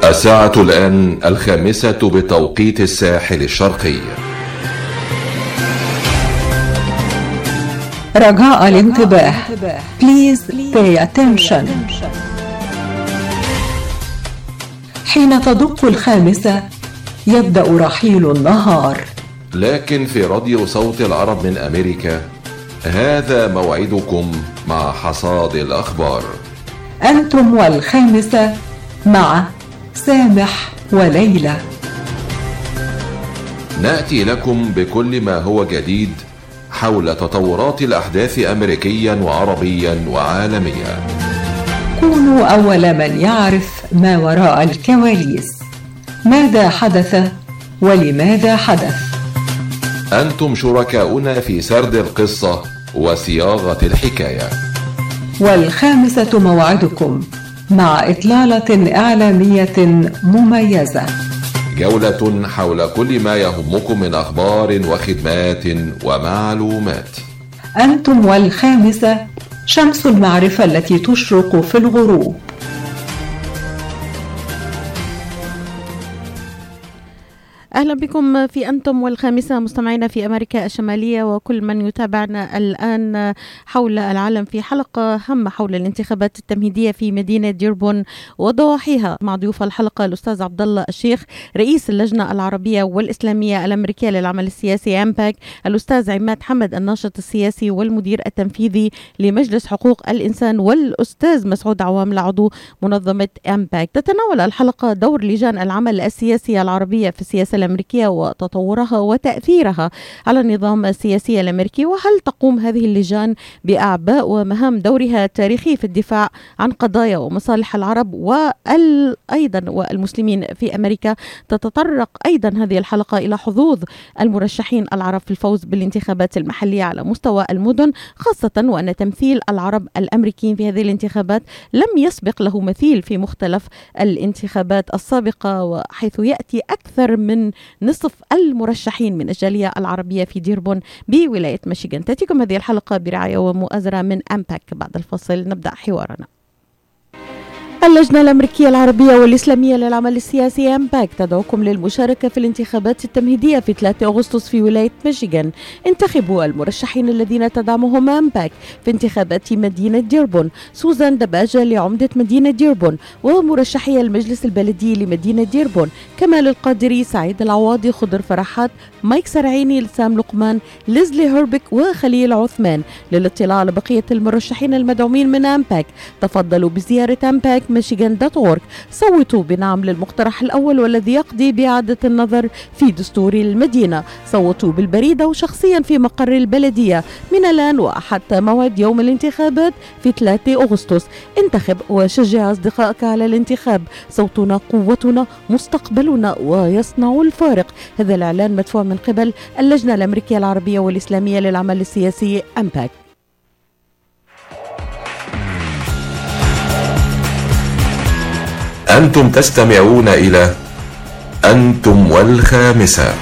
الساعة الآن 5:00 بتوقيت الساحل الشرقي. رجاء الانتباه. Please pay attention. حين تدق 5 يبدأ رحيل النهار، لكن في راديو صوت العرب من أمريكا هذا موعدكم مع حصاد الأخبار. أنتم 5 مع سامح وليلى. نأتي لكم بكل ما هو جديد حول تطورات الأحداث أمريكيا وعربيا وعالميا. كونوا أول من يعرف ما وراء الكواليس، ماذا حدث ولماذا حدث. أنتم شركاؤنا في سرد القصة وصياغة الحكاية. 5 موعدكم مع إطلالة إعلامية مميزة، جولة حول كل ما يهمكم من أخبار وخدمات ومعلومات. أنتم 5 شمس المعرفة التي تشرق في الغروب. أهلا بكم في أنتم 5 مستمعينا في أمريكا الشمالية وكل من يتابعنا الآن حول العالم في حلقة هامة حول الانتخابات التمهيدية في مدينة ديربون وضواحيها، مع ضيوف الحلقة الأستاذ عبد الله الشيخ رئيس اللجنة العربية والإسلامية الأمريكية للعمل السياسي أمباك، الأستاذ عماد حمد الناشط السياسي والمدير التنفيذي لمجلس حقوق الإنسان، والأستاذ مسعود عوام عضو منظمة أمباك. تتناول الحلقة دور لجان العمل السياسي العربية في السياسة الأمريكية وتطورها وتأثيرها على النظام السياسي الأمريكي، وهل تقوم هذه اللجان بأعباء ومهام دورها التاريخي في الدفاع عن قضايا ومصالح العرب وأيضا والمسلمين في أمريكا. تتطرق أيضا هذه الحلقة إلى حظوظ المرشحين العرب في الفوز بالانتخابات المحلية على مستوى المدن، خاصة وأن تمثيل العرب الأمريكيين في هذه الانتخابات لم يسبق له مثيل في مختلف الانتخابات السابقة، وحيث يأتي أكثر من نصف المرشحين من الجالية العربية في ديربون بولاية ميشيغان. تأتيكم هذه الحلقة برعاية ومؤازرة من أمباك. بعد الفاصل نبدأ حوارنا. اللجنة الأمريكية العربية والإسلامية للعمل السياسي أمباك تدعوكم للمشاركة في الانتخابات التمهيدية في 3 أغسطس في ولاية ميشيغان. انتخبوا المرشحين الذين تدعمهم أمباك في انتخابات مدينة ديربون: سوزان دباجة لعمدة مدينة ديربون، ومرشحي المجلس البلدي لمدينة ديربون: كمال القادري، سعيد العواضي، خضر فرحات، مايك سرعيني، لسام لقمان، ليزلي هربك، وخليل عثمان. للاطلاع على بقية المرشحين المدعومين من أمباك تفضلوا بزيارة أمباك michigan.org. صوتوا بنعم للمقترح الأول والذي يقضي بإعادة النظر في دستور المدينة. صوتوا بالبريد أو شخصيا في مقر البلدية من الآن وحتى موعد يوم الانتخابات في 3 أغسطس. انتخب وشجع أصدقائك على الانتخاب. صوتنا قوتنا، مستقبلنا، ويصنع الفارق. هذا الإعلان مدفوع من قبل اللجنة الأمريكية العربية والإسلامية للعمل السياسي أمباك. أنتم تستمعون إلى أنتم 5.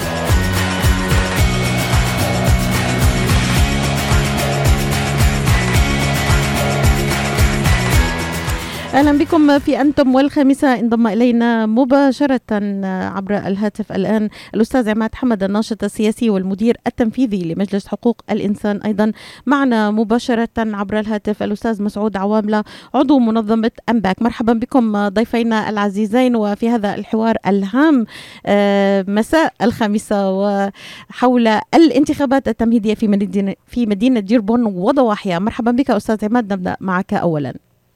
أهلا بكم في أنتم 5. انضم إلينا مباشرة عبر الهاتف الآن الأستاذ عماد حمد الناشط السياسي والمدير التنفيذي لمجلس حقوق الإنسان. أيضا معنا مباشرة عبر الهاتف الأستاذ مسعود عواملة عضو منظمة أمباك. مرحبا بكم ضيفينا العزيزين وفي هذا الحوار الهام مساء 5 وحول الانتخابات التمهيدية في مدينة ديربون وضواحيها. مرحبا بك أستاذ عماد، نبدأ معك أولا.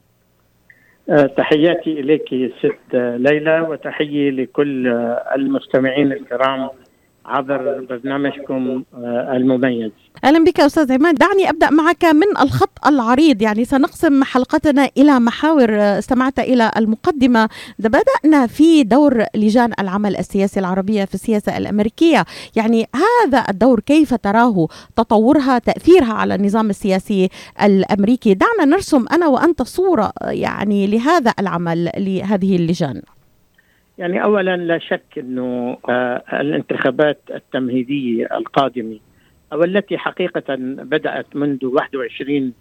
تحياتي إليك ست ليلى، وتحيي لكل المستمعين الكرام عبر برنامجكم المميز. أهلا بك أستاذ عماد. دعني أبدأ معك من الخط العريض، يعني سنقسم حلقتنا إلى محاور. استمعت إلى المقدمة. بدأنا في دور لجان العمل السياسي العربية في السياسة الأمريكية، يعني هذا الدور كيف تراه، تطورها، تأثيرها على النظام السياسي الأمريكي. دعنا نرسم أنا وأنت صورة يعني لهذا العمل لهذه اللجان. يعني أولا لا شك أنه الانتخابات التمهيدية القادمة أو التي حقيقة بدأت منذ 21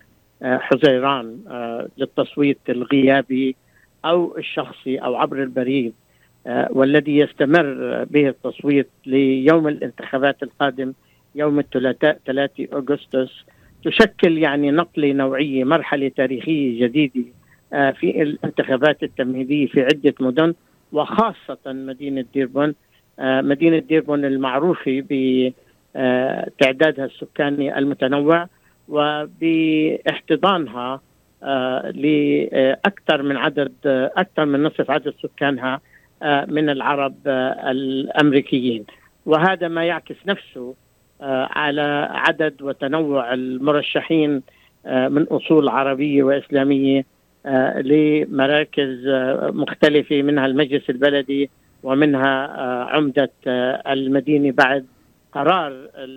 حزيران للتصويت الغيابي أو الشخصي أو عبر البريد والذي يستمر به التصويت ليوم الانتخابات القادم يوم الثلاثاء 3 أغسطس تشكل يعني نقلة نوعية، مرحلة تاريخية جديدة في الانتخابات التمهيدية في عدة مدن، وخاصة مدينة ديربون. مدينة ديربون المعروفة بتعدادها السكاني المتنوع وباحتضانها لأكثر من نصف عدد سكانها من العرب الأمريكيين، وهذا ما يعكس نفسه على عدد وتنوع المرشحين من أصول عربية وإسلامية لمراكز مختلفة، منها المجلس البلدي ومنها عمدة المدينة بعد قرار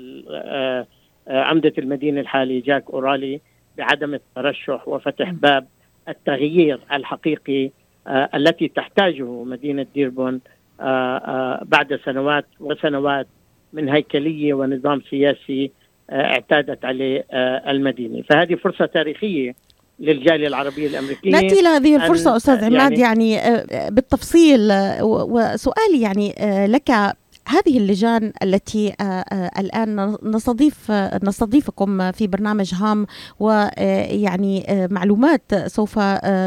عمدة المدينة الحالي جاك أورالي بعدم الترشح وفتح باب التغيير الحقيقي التي تحتاجه مدينة ديربون بعد سنوات وسنوات من هيكلية ونظام سياسي اعتادت عليه المدينة. فهذه فرصة تاريخية للجالية العربية الأمريكية. نأتي إلى هذه الفرصة أستاذ عماد يعني بالتفصيل، وسؤالي يعني لك، هذه اللجان التي الآن نستضيفكم في برنامج هام، ويعني معلومات سوف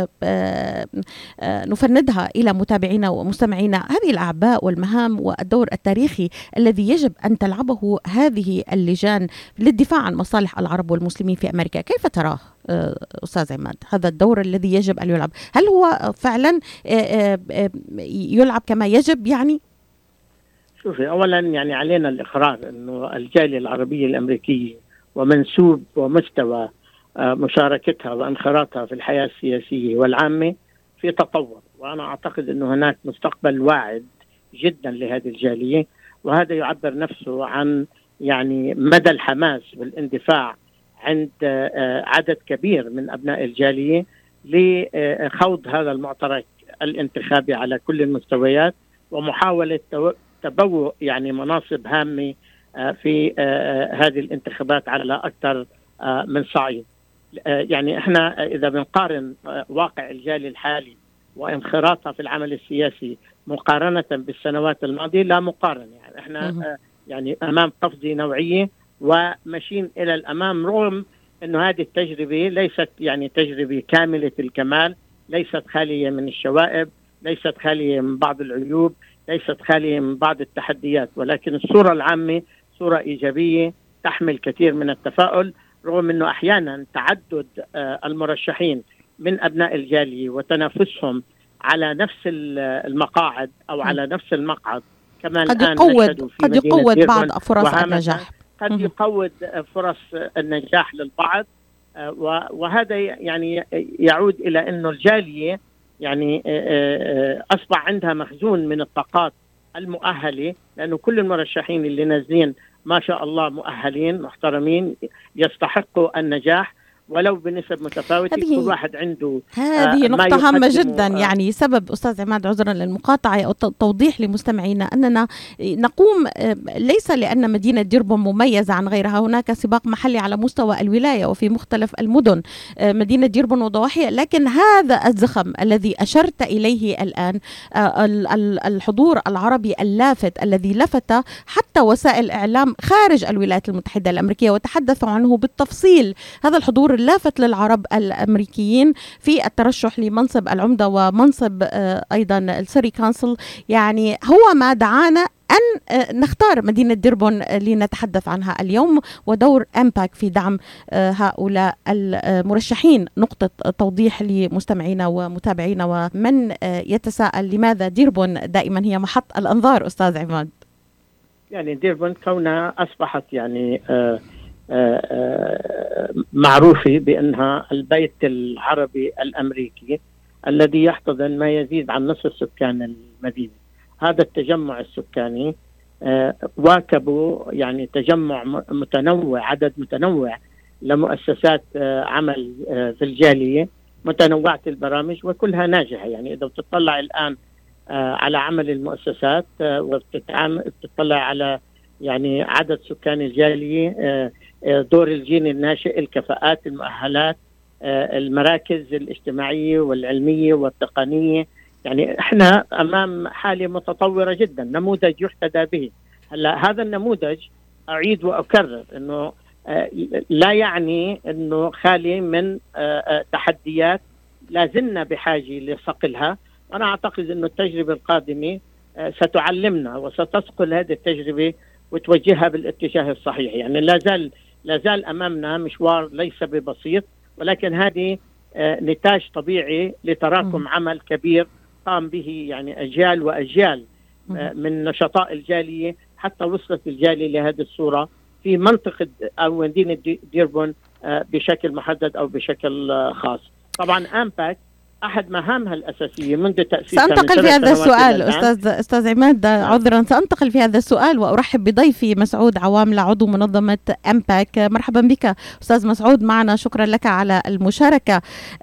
نفندها إلى متابعينا ومستمعينا، هذه الأعباء والمهام والدور التاريخي الذي يجب أن تلعبه هذه اللجان للدفاع عن مصالح العرب والمسلمين في أمريكا، كيف تراه أستاذ عماد هذا الدور الذي يجب أن يلعب؟ هل هو فعلا يلعب كما يجب يعني؟ شوفي، أولا يعني علينا الإقرار أنه الجالية العربية الأمريكية ومنسوب ومستوى مشاركتها وانخراطها في الحياة السياسية والعامة في تطور، وأنا أعتقد أنه هناك مستقبل واعد جدا لهذه الجالية، وهذا يعبر نفسه عن يعني مدى الحماس والاندفاع عند عدد كبير من أبناء الجالية لخوض هذا المعترك الانتخابي على كل المستويات، ومحاولة تبوء يعني مناصب هامة في هذه الانتخابات على أكثر من صعيد. يعني احنا إذا بنقارن واقع الجالية الحالي وانخراطها في العمل السياسي مقارنة بالسنوات الماضية، لا مقارنة. يعني احنا يعني أمام قفزة نوعية وماشيين إلى الأمام، رغم أنه هذه التجربة ليست يعني تجربة كاملة الكمال، ليست خالية من الشوائب، ليست خالية من بعض العيوب، ليست خالية من بعض التحديات، ولكن الصورة العامة صورة إيجابية تحمل كثير من التفاؤل، رغم أنه أحيانا تعدد المرشحين من أبناء الجالية وتنافسهم على نفس المقاعد أو على نفس المقعد كما الآن قد يقود بعض فرص النجاح، قد يقود فرص النجاح للبعض، وهذا يعني يعود إلى أنه الجالية يعني أصبح عندها مخزون من الطاقات المؤهلة، لأنه كل المرشحين اللي نازلين ما شاء الله مؤهلين محترمين يستحقوا النجاح ولو بنسب متفاوتة. كل واحد عنده هذه نقطة هامة جدا. يعني سبب أستاذ عماد، عذرا للمقاطعة أو توضيح لمستمعينا، أننا نقوم ليس لأن مدينة ديربون مميزة عن غيرها، هناك سباق محلي على مستوى الولاية وفي مختلف المدن مدينة ديربون وضواحيها، لكن هذا الزخم الذي أشرت إليه الآن، الحضور العربي اللافت الذي لفت حتى وسائل إعلام خارج الولايات المتحدة الأمريكية وتحدثوا عنه بالتفصيل، هذا الحضور اللافت للعرب الأمريكيين في الترشح لمنصب العمدة ومنصب أيضا السيري كونسل، يعني هو ما دعانا أن نختار مدينة ديربون لنتحدث عنها اليوم، ودور أمباك في دعم هؤلاء المرشحين. نقطة توضيح لمستمعينا ومتابعينا ومن يتساءل لماذا ديربون دائما هي محط الأنظار أستاذ عماد. يعني ديربون كونها أصبحت يعني معروفة بأنها البيت العربي الأمريكي الذي يحتضن ما يزيد عن نصف سكان المدينة. هذا التجمع السكاني واكبوا يعني تجمع متنوع، عدد متنوع لمؤسسات عمل في الجالية متنوعة البرامج وكلها ناجحة. يعني إذا بتطلع الآن على عمل المؤسسات وبتطلع على يعني عدد سكان الجالية، دور الجيل الناشئ، الكفاءات، المؤهلات، المراكز الاجتماعية والعلمية والتقنية، يعني احنا امام حاله متطوره جدا، نموذج يحتذى به. هلا هذا النموذج اعيد واكرر انه لا يعني انه خالي من تحديات، لازلنا بحاجه لصقلها. انا اعتقد انه التجربه القادمه ستعلمنا وستثقل هذه التجربه وتوجهها بالاتجاه الصحيح. يعني لا زال امامنا مشوار ليس ببسيط، ولكن هذه نتاج طبيعي لتراكم عمل كبير قام به يعني اجيال واجيال من نشطاء الجاليه، حتى وصلت الجاليه لهذه الصوره في منطقه او مدينه ديربون بشكل محدد او بشكل خاص. طبعا امباك احد مهامها الاساسيه منذ تاسيسها. سأنتقل في هذا السؤال استاذ عماد، عذرا سأنتقل في هذا السؤال وارحب بضيفي مسعود عواملة عضو منظمه امباك. مرحبا بك استاذ مسعود معنا، شكرا لك على المشاركه.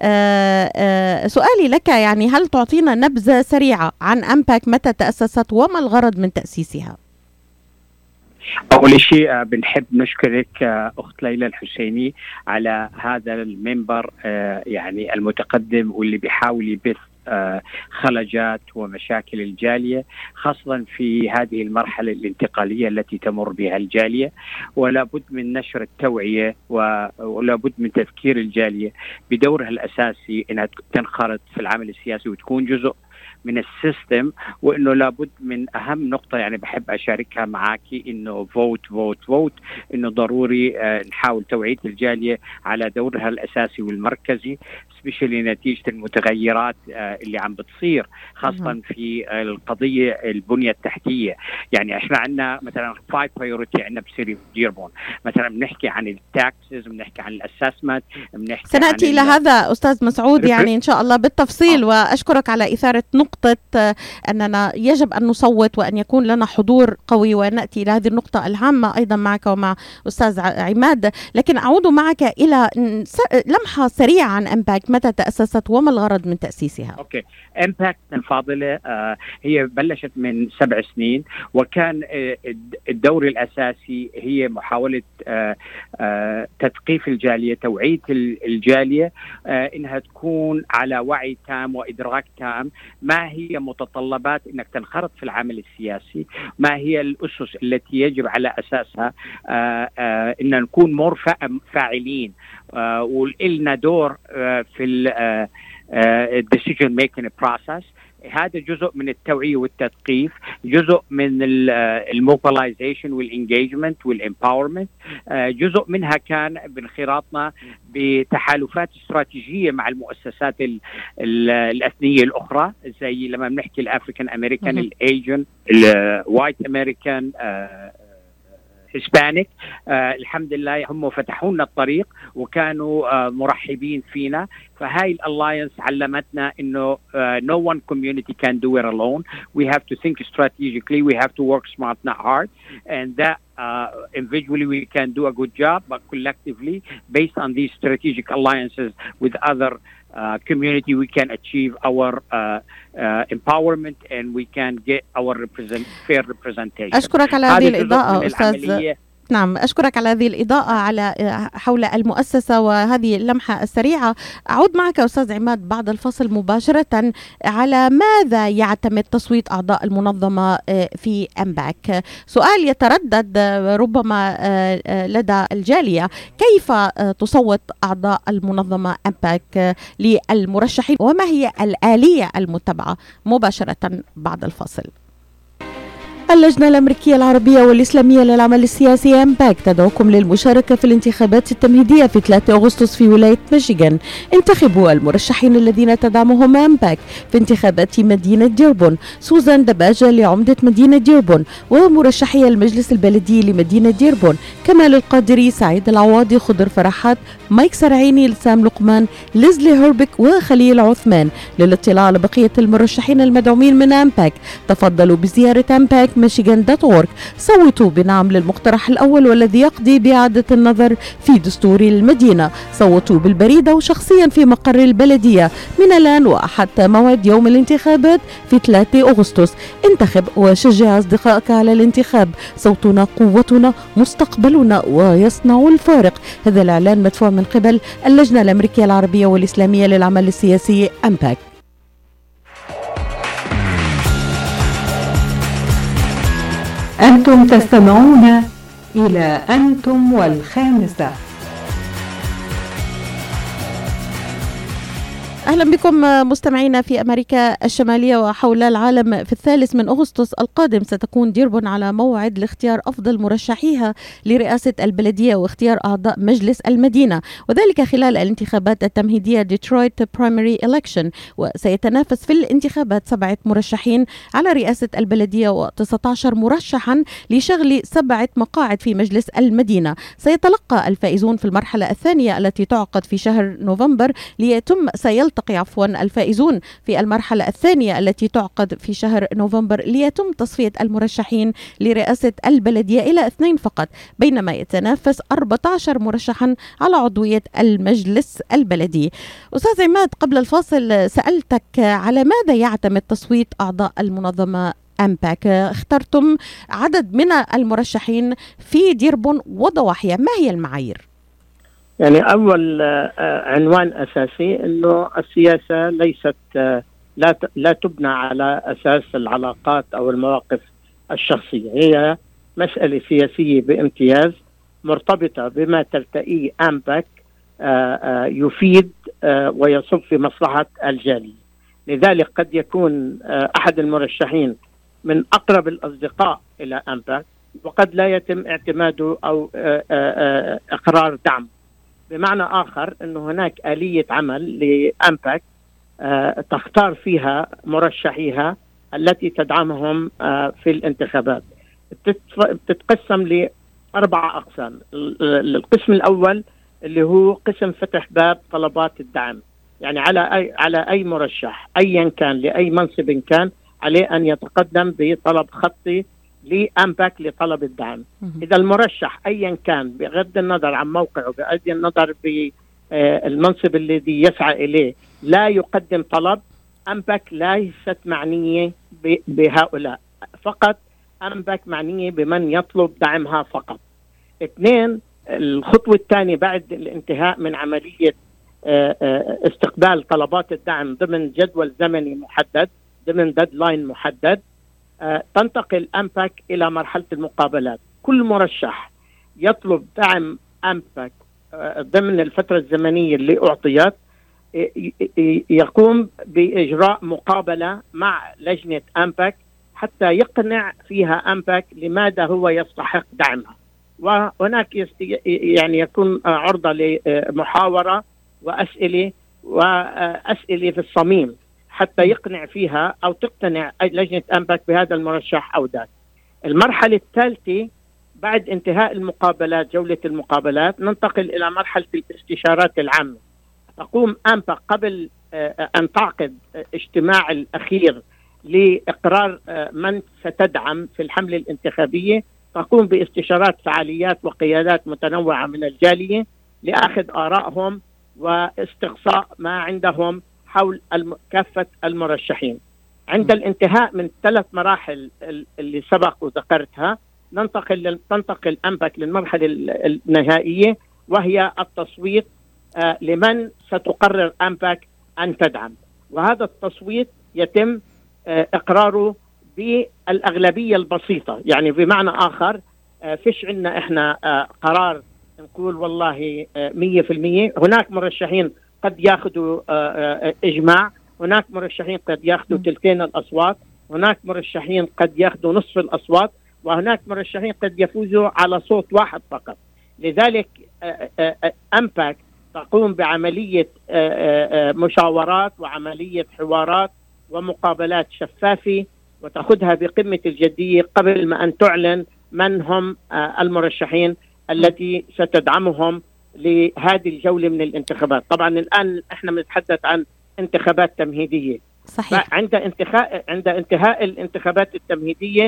سؤالي لك، يعني هل تعطينا نبذه سريعه عن امباك، متى تأسست وما الغرض من تأسيسها؟ أول شيء بنحب نشكرك أخت ليلى الحسيني على هذا المنبر يعني المتقدم واللي بيحاول يبث خلجات ومشاكل الجالية، خاصة في هذه المرحلة الانتقالية التي تمر بها الجالية. ولا بد من نشر التوعية ولا بد من تذكير الجالية بدورها الأساسي إنها تنخرط في العمل السياسي وتكون جزء من السيستم. وانه لابد من اهم نقطه يعني بحب اشاركها معاكي، انه فوت انه ضروري نحاول توعيه الجاليه على دورها الاساسي والمركزي، سبيشالي نتيجه المتغيرات اللي عم بتصير خاصه في القضيه البنيه التحتيه. يعني احنا عندنا مثلا 5 priority عندنا بسيري ديربون، مثلا بنحكي عن التاكسز، بنحكي عن الاسسمنت، بنحكي سناتي الى هذا استاذ مسعود يعني ان شاء الله بالتفصيل. واشكرك على اثاره نقطة أننا يجب أن نصوت وأن يكون لنا حضور قوي، ونأتي إلى هذه النقطة الهامة أيضا معك ومع أستاذ عماد. لكن أعود معك إلى لمحة سريعة عن امباك، متى تأسست وما الغرض من تأسيسها؟ أوكي، امباك الفاضلة هي بلشت من 7 سنين، وكان الدور الأساسي هي محاولة تثقيف الجالية، توعية الجالية إنها تكون على وعي تام وإدراك تام ما هي متطلبات انك تنخرط في العمل السياسي، ما هي الاسس التي يجب على اساسها ان نكون فاعلين ولنا دور في الديسيجن ميكينج بروسس. هذا جزء من التوعية والتثقيف، جزء من الموبيلايزيشن والانجيجمنت والامباورمنت، جزء منها كان بانخراطنا بتحالفات استراتيجية مع المؤسسات الأثنية الأخرى، زي لما بنحكي الأفريكان أمريكان، الأيجن، الوايت أمريكان، هسبانيك. الحمد لله هم فتحوا لنا الطريق وكانوا مرحبين فينا. فهاي الاليانس علمتنا انه no one community can do it alone. We have to think strategically. We have to work smart, not hard. And that individually we can do a good job, but collectively, based on these strategic alliances with other community, we can achieve our empowerment and we can get our fair representation. أشكرك على هذه الإضاءة أستاذ. نعم، أشكرك على هذه الإضاءة على حول المؤسسة وهذه اللمحة السريعة. أعود معك أستاذ عماد بعد الفصل مباشرة على ماذا يعتمد تصويت أعضاء المنظمة في امباك. سؤال يتردد ربما لدى الجالية، كيف تصوت أعضاء المنظمة امباك للمرشحين وما هي الآلية المتبعة؟ مباشرة بعد الفصل. اللجنة الأمريكية العربية والإسلامية للعمل السياسي امباك تدعوكم للمشاركة في الانتخابات التمهيدية في 3 أغسطس في ولاية ميشيغان. انتخبوا المرشحين الذين تدعمهم امباك في انتخابات مدينة ديربون: سوزان دباجة لعمدة مدينة ديربون، ومرشحي المجلس البلدي لمدينة ديربون: كمال القادري، سعيد العواضي، خضر فرحات، مايك سرعيني، لسام لقمان، ليزلي هربك، وخليل عثمان. للاطلاع على بقية المرشحين المدعومين من امباك تفضلوا بزيارة امباك michigan.org. صوتوا بنعم للمقترح الأول والذي يقضي بإعادة النظر في دستور المدينة. صوتوا بالبريدة وشخصيا في مقر البلدية من الآن وحتى موعد يوم الانتخابات في 3 أغسطس. انتخب وشجع أصدقائك على الانتخاب. صوتنا قوتنا، مستقبلنا، ويصنع الفارق. هذا الإعلان مدفوع من قبل اللجنة الأمريكية العربية والإسلامية للعمل السياسي امباك. أنتم تستمعون إلى أنتم والخامسة. أهلا بكم مستمعينا في أمريكا الشمالية وحول العالم. في 3 أغسطس القادم ستكون ديربون على موعد لاختيار أفضل مرشحيها لرئاسة البلدية واختيار أعضاء مجلس المدينة، وذلك خلال الانتخابات التمهيدية ديترويت برايمري إلكشن. وسيتنافس في الانتخابات 7 مرشحين على رئاسة البلدية و19 مرشحا لشغل 7 مقاعد في مجلس المدينة. سيتلقى الفائزون في المرحلة الثانية التي تعقد في شهر نوفمبر سيلتقي الفائزون في المرحلة الثانية التي تعقد في شهر نوفمبر ليتم تصفية المرشحين لرئاسة البلدية إلى 2 فقط، بينما يتنافس 14 مرشحا على عضوية المجلس البلدي. أستاذ عماد، قبل الفاصل سألتك على ماذا يعتمد تصويت أعضاء المنظمة أمباك. اخترتم عدد من المرشحين في ديربون وضواحيها، ما هي المعايير؟ يعني أول عنوان أساسي أنه السياسة ليست لا تبنى على أساس العلاقات أو المواقف الشخصية، هي مسألة سياسية بامتياز مرتبطة بما ترتئيه أمباك يفيد ويصب في مصلحة الجالية. لذلك قد يكون أحد المرشحين من أقرب الأصدقاء إلى أمباك وقد لا يتم اعتماده أو إقرار دعم. بمعنى آخر أنه هناك آلية عمل لأمباك تختار فيها مرشحيها التي تدعمهم في الانتخابات. بتتقسم ل4 أقسام. القسم الأول اللي هو قسم فتح باب طلبات الدعم، يعني على أي مرشح أيا كان لأي منصب كان عليه أن يتقدم بطلب خطي لأمباك لطلب الدعم. إذا المرشح أيا كان بغض النظر عن موقعه بغض النظر بالمنصب الذي يسعى إليه لا يقدم طلب، أمباك ليست معنية بهؤلاء فقط، أمباك معنية بمن يطلب دعمها فقط. 2، الخطوة الثانية بعد الانتهاء من عملية استقبال طلبات الدعم ضمن جدول زمني محدد، ضمن ديدلاين محدد، تنتقل أمباك إلى مرحلة المقابلات. كل مرشح يطلب دعم أمباك ضمن الفترة الزمنية اللي أعطيت يقوم بإجراء مقابلة مع لجنة أمباك حتى يقنع فيها أمباك لماذا هو يستحق دعمها. وهناك يعني يكون عرضة لمحاورة وأسئلة في الصميم حتى يقنع فيها أو تقتنع لجنة أمباك بهذا المرشح أو ذاك. المرحلة الثالثة بعد انتهاء المقابلات، جولة المقابلات، ننتقل إلى مرحلة الاستشارات العامة. تقوم أمباك قبل أن تعقد اجتماع الأخير لإقرار من ستدعم في الحملة الانتخابية، تقوم باستشارات فعاليات وقيادات متنوعة من الجالية لأخذ آرائهم واستقصاء ما عندهم حول كافة المرشحين. عند الانتهاء من 3 مراحل اللي سبق وذكرتها تنتقل أمباك للمرحلة النهائية وهي التصويت لمن ستقرر أمباك أن تدعم، وهذا التصويت يتم إقراره بالأغلبية البسيطة. يعني بمعنى آخر فيش عندنا إحنا قرار نقول والله 100%. هناك مرشحين قد ياخذوا إجماع، هناك مرشحين قد ياخذوا 2/3 الأصوات، هناك مرشحين قد ياخذوا نصف الأصوات، وهناك مرشحين قد يفوزوا على صوت واحد فقط. لذلك أمباك تقوم بعملية مشاورات وعملية حوارات ومقابلات شفافة وتأخذها بقمة الجدية قبل ما أن تعلن من هم المرشحين التي ستدعمهم لهذه الجولة من الانتخابات. طبعا الآن احنا بنتحدث عن انتخابات تمهيدية. صحيح. عند انتهاء الانتخابات التمهيدية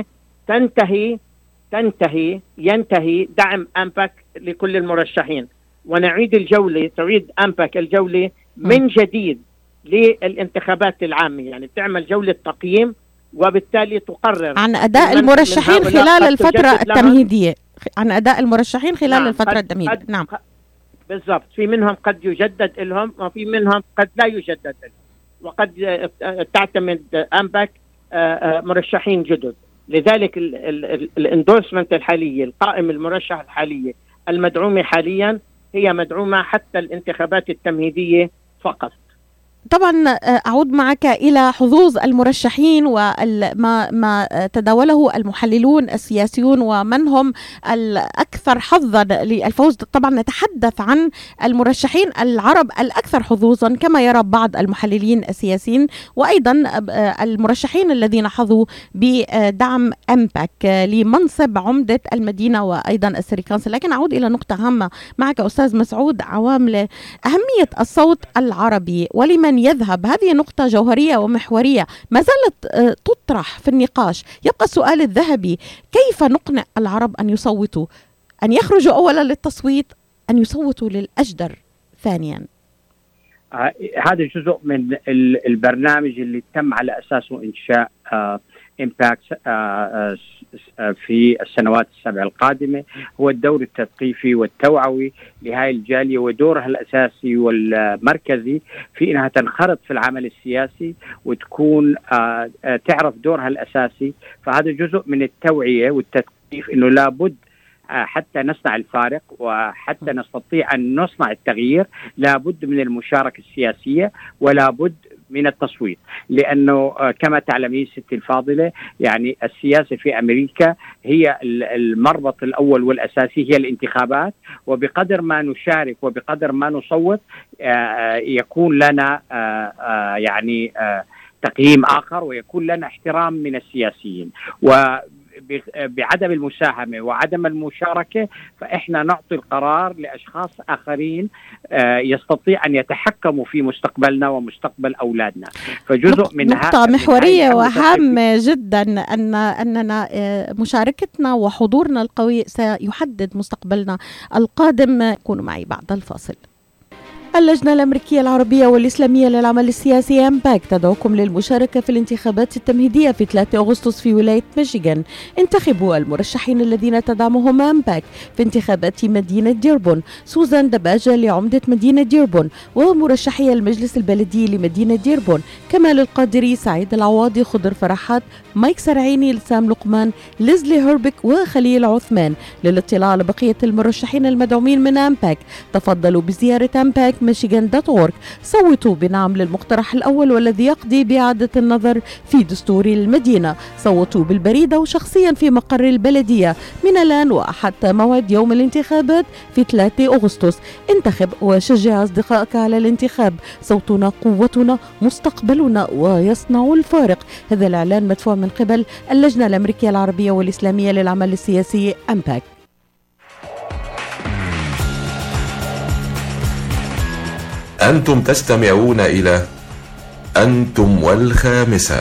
ينتهي دعم أمباك لكل المرشحين، تعيد أمباك الجولة من جديد للانتخابات العامة. يعني تعمل جولة تقييم وبالتالي تقرر عن أداء المرشحين خلال الفترة التمهيدية، عن أداء المرشحين خلال الفترة التمهيدية. نعم بالضبط. في منهم قد يجدد لهم وفي منهم قد لا يجدد لهم، وقد تعتمد أمباك مرشحين جدد. لذلك الاندورسمنت الحالية، القائمة المرشح الحالية المدعومة حاليا هي مدعومة حتى الانتخابات التمهيدية فقط. طبعا أعود معك إلى حظوظ المرشحين وما تداوله المحللون السياسيون ومن هم الأكثر حظا للفوز. طبعا نتحدث عن المرشحين العرب الأكثر حظوظا كما يرى بعض المحللين السياسيين، وأيضا المرشحين الذين حظوا بدعم أمباك لمنصب عمدة المدينة وأيضا السيتي كونسل. لكن أعود إلى نقطة هامة معك أستاذ مسعود عواملة، أهمية الصوت العربي ولمن يذهب. هذه نقطة جوهرية ومحورية ما زالت تطرح في النقاش. يبقى السؤال الذهبي: كيف نقنع العرب أن يصوتوا، أن يخرجوا أولا للتصويت، أن يصوتوا للأجدر ثانيا؟ هذا جزء من البرنامج اللي تم على أساسه إنشاء إمباكت في السنوات السبع القادمة، هو الدور التثقيفي والتوعوي لهذه الجالية ودورها الأساسي والمركزي في أنها تنخرط في العمل السياسي وتكون تعرف دورها الأساسي. فهذا جزء من التوعية والتثقيف، أنه لابد حتى نصنع الفارق وحتى نستطيع أن نصنع التغيير لابد من المشاركة السياسية ولابد من التصويت، لأنه كما تعلمين ستي الفاضلة يعني السياسة في أمريكا هي المربط الأول والأساسي، هي الانتخابات، وبقدر ما نشارك وبقدر ما نصوت يكون لنا يعني تقييم آخر ويكون لنا احترام من السياسيين. بعدم المساهمة وعدم المشاركة فإحنا نعطي القرار لأشخاص آخرين يستطيع أن يتحكموا في مستقبلنا ومستقبل أولادنا. فجزء من نقطة محورية وهامة جدا أننا مشاركتنا وحضورنا القوي سيحدد مستقبلنا القادم. كونوا معي بعد الفاصل. اللجنة الأمريكية العربية والإسلامية للعمل السياسي أمباك تدعوكم للمشاركة في الانتخابات التمهيدية في 3 أغسطس في ولاية ميشيغان. انتخبوا المرشحين الذين تدعمهم أمباك في انتخابات مدينة ديربون: سوزان دباجة لعمدة مدينة ديربون، ومرشحي المجلس البلدي لمدينة ديربون: كمال القادري، سعيد العواضي، خضر فرحات، مايك سرعيني، لسام لقمان، ليزلي هربك، وخليل عثمان. للاطلاع على بقية المرشحين المدعومين من أمباك تفضلوا بزيارة أمباك michigan.org. صوتوا بنعم للمقترح الأول والذي يقضي بإعادة النظر في دستور المدينة. صوتوا بالبريدة وشخصيا في مقر البلدية من الآن وحتى موعد يوم الانتخابات في 3 أغسطس. انتخب وشجع أصدقائك على الانتخاب. صوتنا قوتنا، مستقبلنا، ويصنع الفارق. هذا الإعلان مدفوع من قبل اللجنة الأمريكية العربية والإسلامية للعمل السياسي أمباك. أنتم تستمعون إلى أنتم والخامسة.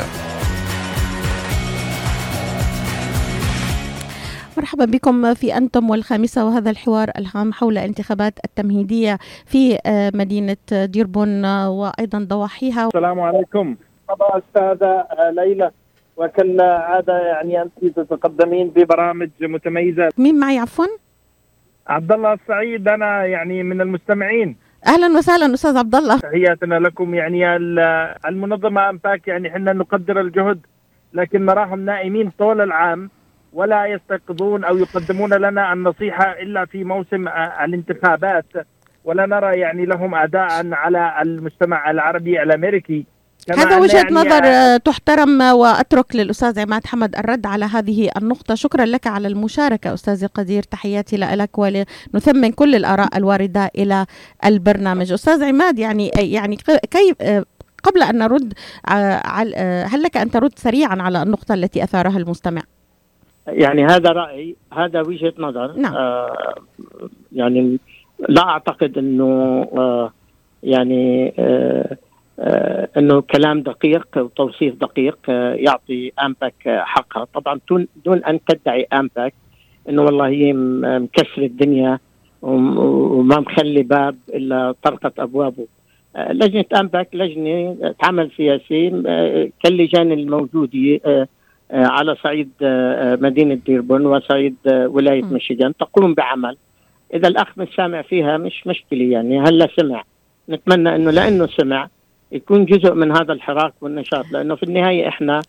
مرحبا بكم في أنتم والخامسة، وهذا الحوار الهام حول الانتخابات التمهيدية في مدينة ديربون وأيضا ضواحيها. السلام عليكم. طبعا أستاذة ليلى، وكل عادة يعني أنت تتقدمين ببرامج متميزة. مين معي عفوا؟ عبد الله السعيد، أنا يعني من المستمعين. اهلا وسهلا استاذ عبد الله. تحياتنا لكم. يعني المنظمه امباك يعني احنا نقدر الجهد، لكن نراهم نائمين طول العام ولا يستيقظون او يقدمون لنا النصيحه الا في موسم الانتخابات، ولا نرى يعني لهم اداء على المجتمع العربي الامريكي. هذا وجهة يعني نظر تحترم، وأترك للأستاذ عماد حمد الرد على هذه النقطة. شكرا لك على المشاركة أستاذ القدير، تحياتي لك، ونثمن كل الآراء الواردة إلى البرنامج. أستاذ عماد، يعني كيف قبل أن نرد هل لك أن ترد سريعا على النقطة التي أثارها المستمع؟ يعني هذا رأي، هذا وجهة نظر. نعم. يعني لا أعتقد أنه يعني انه كلام دقيق وتوصيف دقيق يعطي امباك حقها. طبعا دون ان تدعي امباك انه والله هي مكسر الدنيا وما مخلي باب الا طرقت ابوابه. لجنه امباك لجنه عمل سياسي كاللجان الموجوده على صعيد مدينه ديربون وصعيد ولايه ميشيغان تقوم بعمل. اذا الاخ مش سامع فيها مش مشكله، يعني هلا سمع، نتمنى انه لانه سمع يكون جزء من هذا الحراك والنشاط، لأنه في النهاية إحنا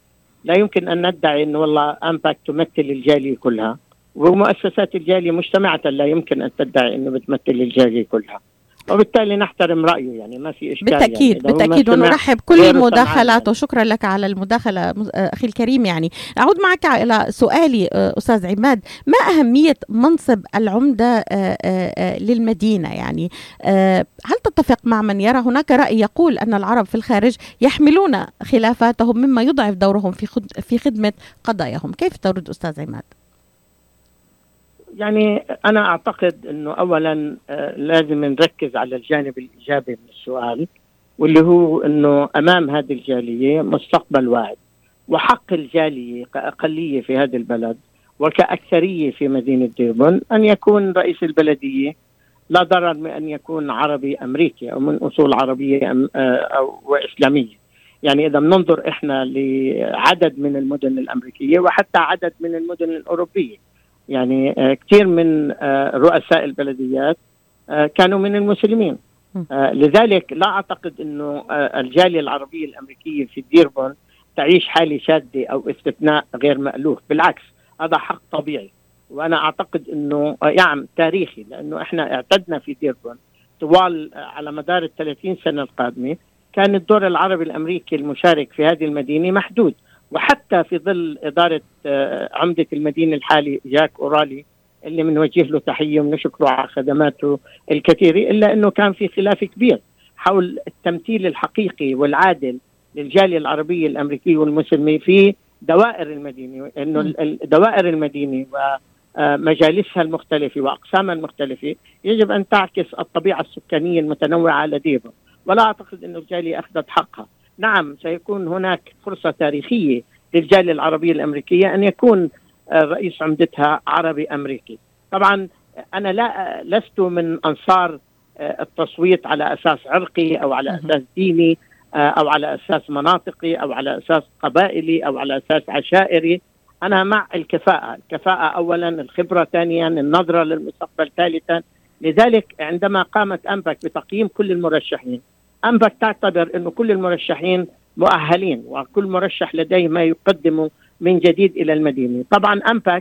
لا يمكن أن ندعي أن والله أمباك تمثل الجالية كلها، ومؤسسات الجالية مجتمعة لا يمكن أن تدعي أنه بتمثل الجالية كلها، وبالتالي نحترم رأيه، يعني ما في إشكال. بالتأكيد يعني بالتأكيد، ونرحب كل مداخلاته. شكرا لك على المداخلة أخي الكريم. يعني أعود معك إلى سؤالي أستاذ عماد، ما أهمية منصب العمدة للمدينة؟ يعني هل تتفق مع من يرى هناك رأي يقول أن العرب في الخارج يحملون خلافاتهم مما يضعف دورهم في خدمة قضاياهم؟ كيف ترد أستاذ عماد؟ يعني أنا أعتقد أنه أولا لازم نركز على الجانب الإيجابي من السؤال، واللي هو أنه أمام هذه الجالية مستقبل واعد، وحق الجالية كأقلية في هذا البلد وكأكثرية في مدينة ديربون أن يكون رئيس البلدية لا ضرر من أن يكون عربي أمريكي أو من أصول عربية أو إسلامية. يعني إذا بننظر إحنا لعدد من المدن الأمريكية وحتى عدد من المدن الأوروبية، يعني كثير من رؤساء البلديات كانوا من المسلمين. لذلك لا أعتقد أنه الجالية العربية الأمريكية في ديربون تعيش حالة شاذة أو استثناء غير مألوف، بالعكس هذا حق طبيعي. وأنا أعتقد أنه تاريخي، لأنه إحنا اعتدنا في ديربون طوال على مدار 30 سنة القادمة كان الدور العربي الأمريكي المشارك في هذه المدينة محدود، وحتى في ظل إدارة عمدة المدينة الحالي جاك أورالي اللي بنوجه له تحية ونشكره على خدماته الكثيرة، إلا أنه كان في خلاف كبير حول التمثيل الحقيقي والعادل للجالية العربية الأمريكية والمسلمة في دوائر المدينة، أنه دوائر المدينة ومجالسها المختلفة وأقسامها المختلفة يجب أن تعكس الطبيعة السكانية المتنوعة لديها، ولا أعتقد أن الجالية أخذت حقها. نعم سيكون هناك فرصة تاريخية للجالية العربية الأمريكية أن يكون رئيس عمدتها عربي أمريكي. طبعا أنا لست من أنصار التصويت على أساس عرقي أو على أساس ديني أو على أساس مناطقي أو على أساس قبائلي أو على أساس عشائري. أنا مع الكفاءة أولا، الخبرة ثانيا، النظرة للمستقبل ثالثا. لذلك عندما قامت أمباك بتقييم كل المرشحين، أمباك تعتبر أنه كل المرشحين مؤهلين وكل مرشح لديه ما يقدمه من جديد إلى المدينة. طبعا أمباك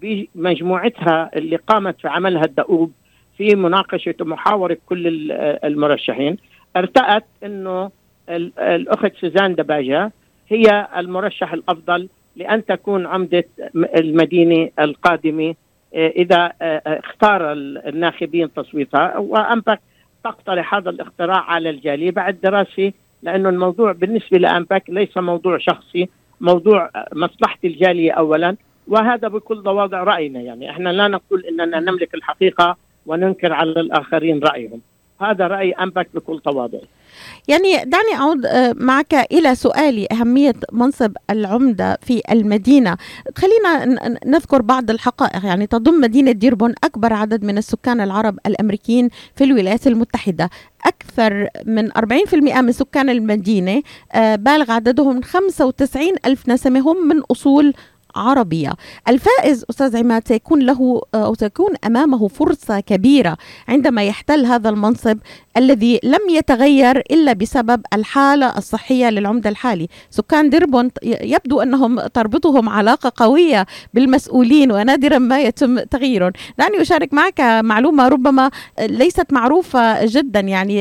بمجموعتها اللي قامت في عملها الدؤوب في مناقشة ومحاورة كل المرشحين ارتأت أنه الأخت سوزان دباجة هي المرشح الأفضل لأن تكون عمدة المدينة القادمة إذا اختار الناخبين تصويتها. وأمباك تقترح هذا الاقتراح على الجالية بعد دراسة، لأنه الموضوع بالنسبة لأمباك ليس موضوع شخصي، موضوع مصلحة الجالية أولا، وهذا بكل تواضع رأينا. يعني احنا لا نقول إننا نملك الحقيقة وننكر على الآخرين رأيهم، هذا رأي أمباك بكل تواضع. يعني دعني أعود معك إلى سؤالي، أهمية منصب العمدة في المدينة. خلينا نذكر بعض الحقائق. يعني تضم مدينة ديربون أكبر عدد من السكان العرب الأمريكيين في الولايات المتحدة، أكثر من 40% من سكان المدينة بالغ عددهم 95 ألف نسمة هم من أصول عربية. الفائز أستاذ عماد سيكون له أو سيكون أمامه فرصة كبيرة عندما يحتل هذا المنصب الذي لم يتغير إلا بسبب الحالة الصحية للعمدة الحالي. سكان ديربون يبدو أنهم تربطهم علاقة قوية بالمسؤولين ونادرا ما يتم تغييرهم. دعني أشارك معك معلومة ربما ليست معروفة جدا. يعني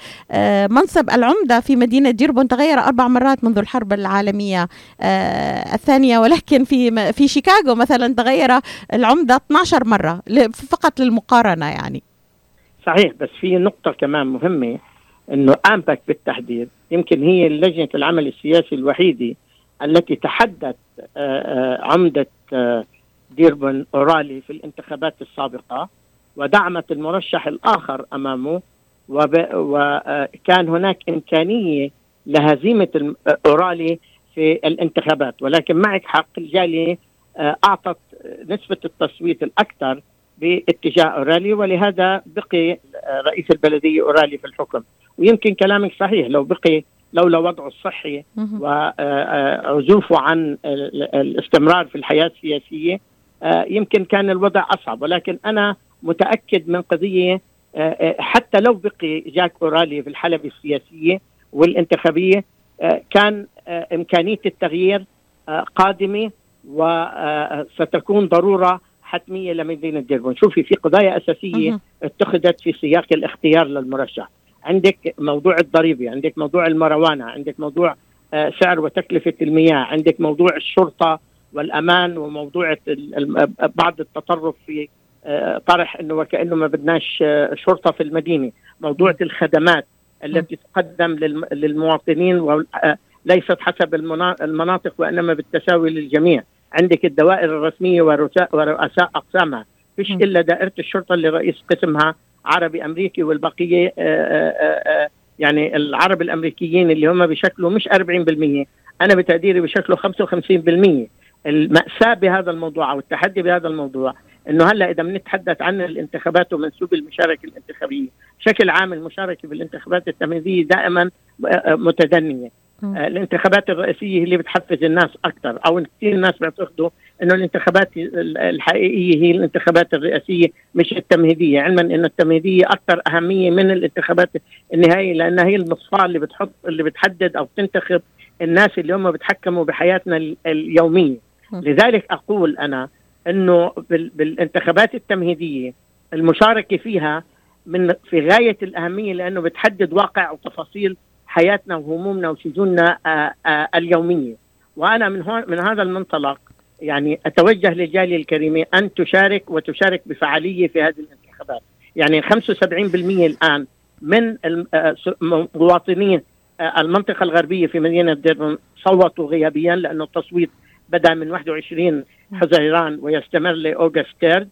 منصب العمدة في مدينة ديربون تغير 4 مرات منذ الحرب العالمية الثانية، ولكن في شيكاغو مثلا تغير العمدة 12 مرة فقط للمقارنة. يعني صحيح، بس في نقطة كمان مهمة، إنه أمباك بالتحديد يمكن هي لجنة العمل السياسي الوحيدة التي تحدت عمدة ديربون أورالي في الانتخابات السابقة ودعمت المرشح الآخر أمامه، وكان هناك إمكانية لهزيمة أورالي في الانتخابات. ولكن معك حق، الجالية أعطت نسبة التصويت الأكثر باتجاه أورالي، ولهذا بقي رئيس البلدية أورالي في الحكم. ويمكن كلامك صحيح، لو بقي لولا وضعه الصحي وعزوفه عن الاستمرار في الحياة السياسية يمكن كان الوضع أصعب. ولكن أنا متأكد من قضية، حتى لو بقي جاك أورالي في الحلبة السياسية والانتخابية كان إمكانية التغيير قادمة وستكون ضرورة حتمية لمدينة ديربون. شوفي، في قضايا أساسية اتخذت في سياق الاختيار للمرشح. عندك موضوع الضريبة، عندك موضوع المروانة، عندك موضوع سعر وتكلفة المياه، عندك موضوع الشرطة والأمان، وموضوع بعض التطرف في طرح أنه وكأنه ما بدناش شرطة في المدينة، موضوع الخدمات التي تقدم للمواطنين وليست حسب المناطق وإنما بالتساوي للجميع. عندك الدوائر الرسمية ورؤساء أقسامها، فيش إلا دائرة الشرطة اللي رئيس قسمها عربي أمريكي، والبقية يعني العرب الأمريكيين اللي هم بشكله مش 40%، أنا بتقديري بشكله 55%. المأساة بهذا الموضوع أو التحدي بهذا الموضوع إنه هلا إذا بنتحدث عن الانتخابات ومنسوب المشاركة الانتخابية بشكل عام، المشاركة بالانتخابات التمهيدية دائما متدنية. الانتخابات الرئاسية هي اللي بتحفز الناس أكثر، أو كثير الناس بيعتقدوا إنه الانتخابات الحقيقية هي الانتخابات الرئاسية مش التمهيدية، علما إن التمهيدية أكثر أهمية من الانتخابات النهائية، لأنها هي المصفاة اللي بتحدد أو تنتخب الناس اللي هم بيتحكموا بحياتنا اليومية. لذلك أقول أنا إنه بالانتخابات التمهيدية المشاركة فيها في غاية الأهمية، لأنه بتحدد واقع وتفاصيل حياتنا وهمومنا وشجوننا اليومية. وأنا من هذا المنطلق يعني أتوجه للجالية الكريمة أن تشارك وتشارك بفعالية في هذه الانتخابات. يعني 75% الآن من مواطنين المنطقة الغربية في مدينة ديربون صوتوا غيابيا، لأنه التصويت بدأ من 21 حزيران ويستمر لأوغست،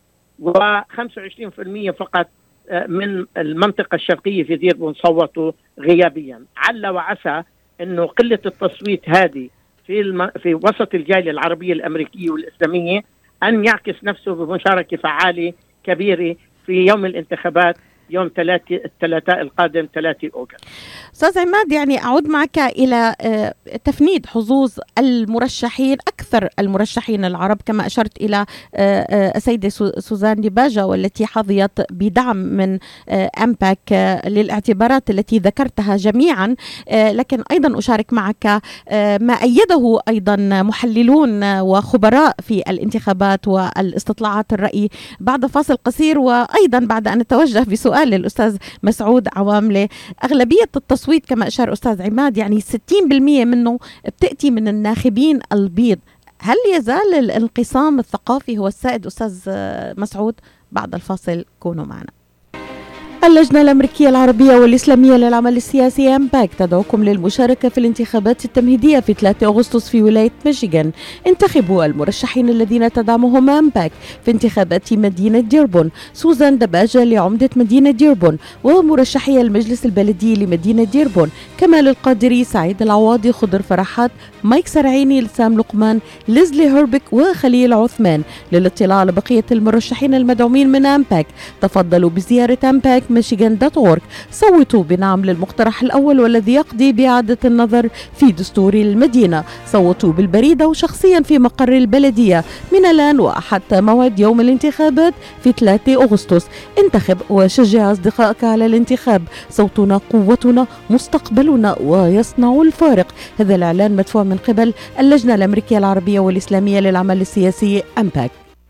و25% فقط من المنطقة الشرقية في ديربون صوتوا غيابيا. عل وعسى أنه قلة التصويت هذه في وسط الجالية العربية الأمريكية والإسلامية أن يعكس نفسه بمشاركة فعالة كبيرة في يوم الانتخابات يوم الثلاثاء القادم 3 أغسطس. أستاذ عماد، يعني أعود معك إلى تفنيد حظوظ المرشحين، أكثر المرشحين العرب، كما أشرت إلى السيدة سوزان ديباجة والتي حظيت بدعم من أمباك للاعتبارات التي ذكرتها جميعا، لكن أيضا أشارك معك ما أيده أيضا محللون وخبراء في الانتخابات والاستطلاعات الرأي. بعد فاصل قصير وأيضا بعد أن نتوجه بسؤال للأستاذ مسعود عواملة، أغلبية التصويت كما أشار أستاذ عماد يعني 60% منه بتأتي من الناخبين البيض. هل يزال الانقسام الثقافي هو السائد أستاذ مسعود؟ بعد الفاصل كونوا معنا. اللجنة الأمريكية العربية والإسلامية للعمل السياسي أمباك تدعوكم للمشاركة في الانتخابات التمهيدية في 3 أغسطس في ولاية ميشيغان. انتخبوا المرشحين الذين تدعمهم أمباك في انتخابات مدينة ديربون: سوزان ديباجة لعمدة مدينة ديربون، ومرشحي المجلس البلدي لمدينة ديربون: كمال القادري، سعيد العواضي، خضر فرحات، مايك سرعيني، لسام لقمان، ليزلي هربك، وخليل عثمان. للاطلاع على بقية المرشحين المدعومين من أمباك تفضلوا بزيارة أمباك michigan.org. صوتوا بنعم للمقترح الأول والذي يقضي بإعادة النظر في دستور المدينة. صوتوا بالبريدة وشخصيا في مقر البلدية من الآن وحتى موعد يوم الانتخابات في 3 أغسطس. انتخب وشجع أصدقائك على الانتخاب. صوتنا قوتنا، مستقبلنا، ويصنع الفارق. هذا الإعلان مدفوع من قبل اللجنة الأمريكية العربية والإسلامية للعمل السياسي أمباك.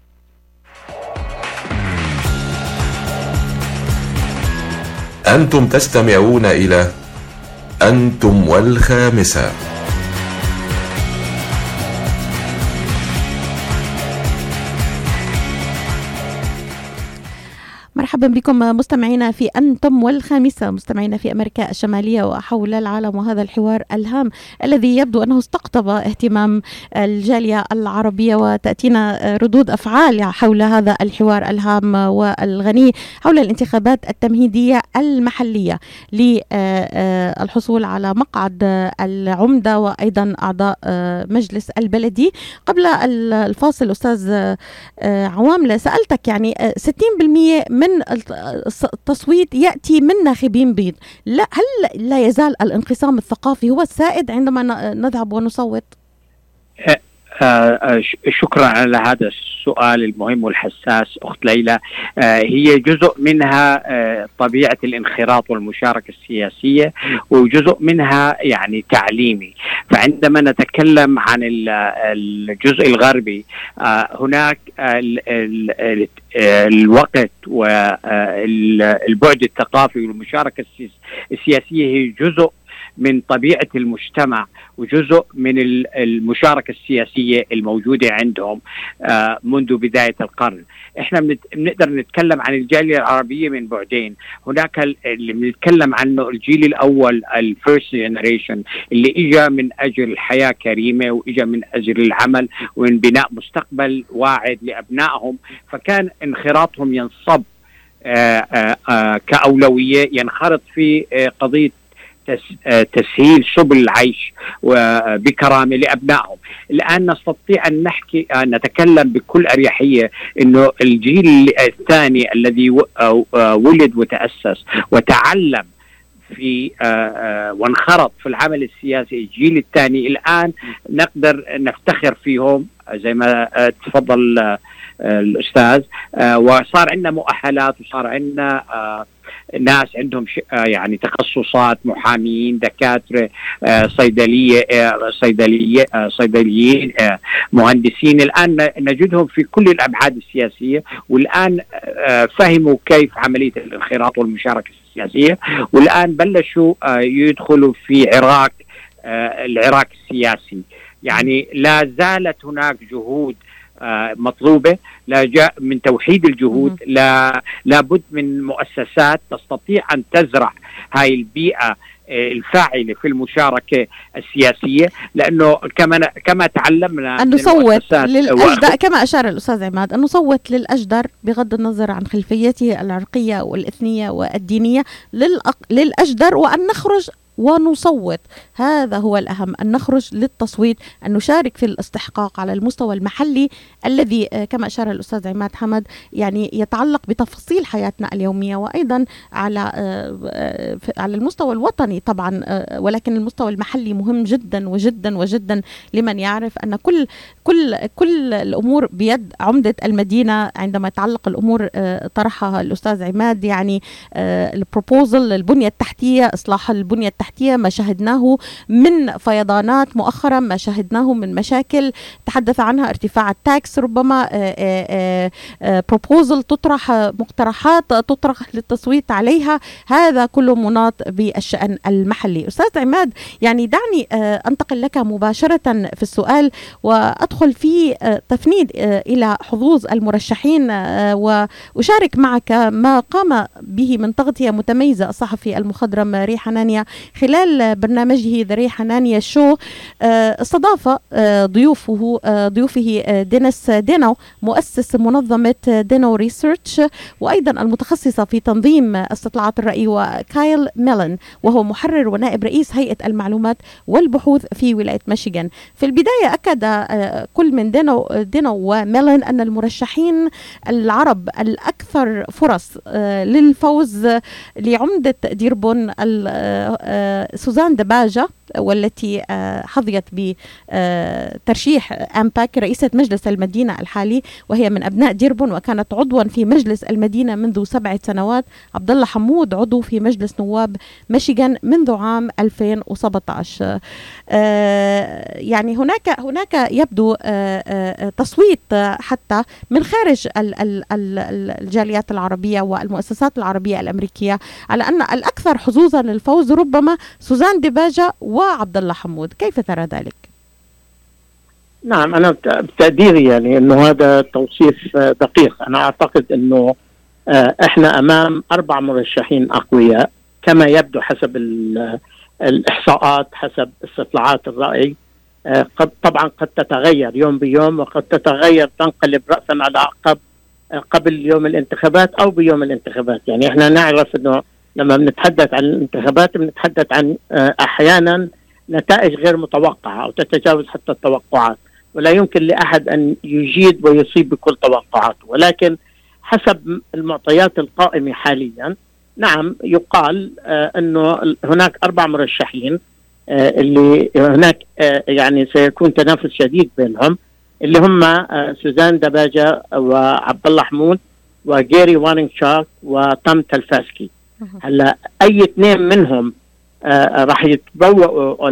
أنتم تستمعون إلى أنتم والخامسة. مرحبا بكم مستمعينا في أنتم والخامسة، مستمعينا في أمريكا الشمالية وحول العالم، وهذا الحوار الهام الذي يبدو أنه استقطب اهتمام الجالية العربية، وتأتينا ردود أفعال حول هذا الحوار الهام والغني حول الانتخابات التمهيدية المحلية للحصول على مقعد العمدة وأيضا أعضاء مجلس البلدي. قبل الفاصل أستاذ عواملة سألتك يعني 60% من التصويت يأتي من ناخبين بيض، هل لا يزال الانقسام الثقافي هو السائد عندما نذهب ونصوت؟ شكرا على هذا السؤال المهم والحساس أخت ليلى. هي جزء منها طبيعة الانخراط والمشاركة السياسية، وجزء منها يعني تعليمي. فعندما نتكلم عن الجزء الغربي، هناك الوقت والبعد الثقافي والمشاركة السياسية هي جزء من طبيعة المجتمع وجزء من المشاركة السياسية الموجودة عندهم منذ بداية القرن. احنا بنقدر نتكلم عن الجالية العربية من بعدين. هناك اللي بنتكلم عنه الجيل الأول، الفيرست جنريشن، اللي إجا من أجل الحياة كريمة وإجا من أجل العمل ومن بناء مستقبل واعد لأبنائهم، فكان انخراطهم ينصب كأولوية، ينخرط في قضية تسهيل سبل العيش بكرامة لأبنائهم. الآن نستطيع أن نتكلم بكل أريحية إنه الجيل الثاني الذي ولد وتأسس وتعلم في وانخرط في العمل السياسي، الجيل الثاني الآن نقدر نفتخر فيهم زي ما تفضل الأستاذ. وصار عندنا مؤهلات، وصار عندنا ناس عندهم يعني تخصصات، محامين، دكاترة، صيدليين، مهندسين. الآن نجدهم في كل الأبعاد السياسية، والآن فهموا كيف عملية الانخراط والمشاركة السياسية، والآن بلشوا يدخلوا في العراق السياسي. يعني لا زالت هناك جهود مطلوبة، لا جاء من توحيد الجهود، لا بد من مؤسسات تستطيع أن تزرع هاي البيئة الفاعلة في المشاركة السياسية، لأنه كما تعلمنا أن نصوت للأجدر كما أشار الأستاذ عماد، أن نصوت للأجدر بغض النظر عن خلفيته العرقية والإثنية والدينية، للأجدر، وأن نخرج ونصوت. هذا هو الأهم، أن نخرج للتصويت، أن نشارك في الاستحقاق على المستوى المحلي الذي كما أشار الأستاذ عماد حمد يعني يتعلق بتفاصيل حياتنا اليومية، وأيضا على المستوى الوطني طبعا، ولكن المستوى المحلي مهم جدا وجدا وجدا لمن يعرف أن كل الأمور بيد عمدة المدينة. عندما يتعلق الأمور طرحها الأستاذ عماد، يعني البروبوزل، البنية التحتية، إصلاح البنية التحتية، ما شاهدناه من فيضانات مؤخرا، ما شاهدناه من مشاكل تحدث عنها ارتفاع التاكس، ربما بروبوزل تطرح، مقترحات تطرح للتصويت عليها، هذا كله مناط بالشأن المحلي. أستاذ عماد، يعني دعني أنتقل لك مباشرة في السؤال وأدخل في تفنيد إلى حظوظ المرشحين، وأشارك معك ما قام به من تغطية متميزة الصحفي المخضرم ري حنانيا خلال برنامجه ذا حنانيا شو. استضاف ضيوفه دينيس دينو، مؤسس منظمة دينو ريسيرش وأيضا المتخصصة في تنظيم استطلاعات الرأي، وكايل ميلن وهو محرر ونائب رئيس هيئة المعلومات والبحوث في ولاية ميشيغان. في البداية أكد كل من دينو وميلن أن المرشحين العرب الأكثر فرص للفوز لعمدة ديربون سوزان دباجة، والتي حظيت بترشيح أمباك رئيسة مجلس المدينة الحالي، وهي من أبناء ديربون وكانت عضوا في مجلس المدينة منذ 7 سنوات. عبد الله حمود عضو في مجلس نواب ميشيغان منذ عام 2017. يعني هناك يبدو تصويت حتى من خارج الجاليات العربية والمؤسسات العربية الأمريكية على أن الأكثر حظوظا للفوز ربما سوزان دباجة وعبد الله حمود. كيف ترى ذلك؟ نعم، أنا بتقديري يعني أنه هذا توصيف دقيق. أنا أعتقد أنه إحنا أمام 4 مرشحين أقوياء كما يبدو حسب الإحصاءات، حسب استطلاعات الرأي. طبعا قد تتغير يوم بيوم، وقد تتغير تنقلب رأسا على عقب قبل يوم الانتخابات أو بيوم الانتخابات. يعني إحنا نعرف أنه لما بنتحدث عن الانتخابات بنتحدث عن أحيانا نتائج غير متوقعة أو تتجاوز حتى التوقعات، ولا يمكن لأحد أن يجيد ويصيب بكل توقعاته. ولكن حسب المعطيات القائمة حاليا، نعم، يقال أنه هناك 4 مرشحين اللي هناك يعني سيكون تنافس شديد بينهم، اللي هم سوزان دباجة وعبد الله حمود وجيري وارينغشارك وتام تلفاسكي. هلا أي اثنين منهم راح يتبوأوا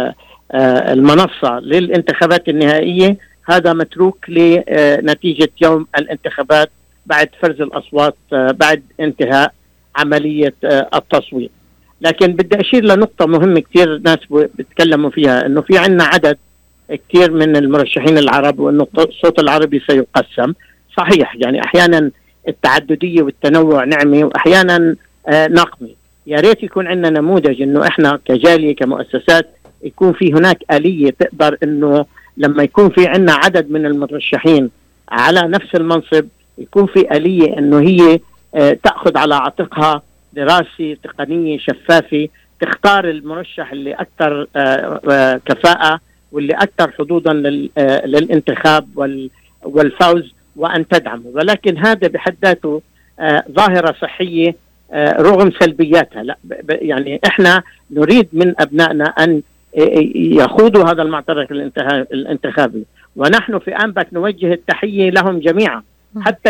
المنصة للانتخابات النهائية، هذا متروك لنتيجة يوم الانتخابات بعد فرز الأصوات بعد انتهاء عملية التصويت. لكن بدي أشير لنقطة مهمة كثير ناس بيتكلموا فيها، إنه في عنا عدد كثير من المرشحين العرب وإنه الصوت العربي سيقسم. صحيح، يعني أحيانا التعددية والتنوع نعمة وأحيانا نقمة. يا ريت يكون عندنا نموذج إنه إحنا كجالية كمؤسسات يكون في هناك آلية تقدر إنه لما يكون في عنا عدد من المرشحين على نفس المنصب يكون في آلية إنه هي تأخذ على عاتقها دراسة تقنية شفافة، تختار المرشح اللي أكثر كفاءة واللي أكثر حظوظا للانتخاب والفوز وأن تدعمه. ولكن هذا بحد ذاته ظاهرة صحية رغم سلبياتها. لا يعني إحنا نريد من أبنائنا أن يخوضوا هذا المعترك الانتخابي، ونحن في أنبك نوجه التحية لهم جميعا، حتى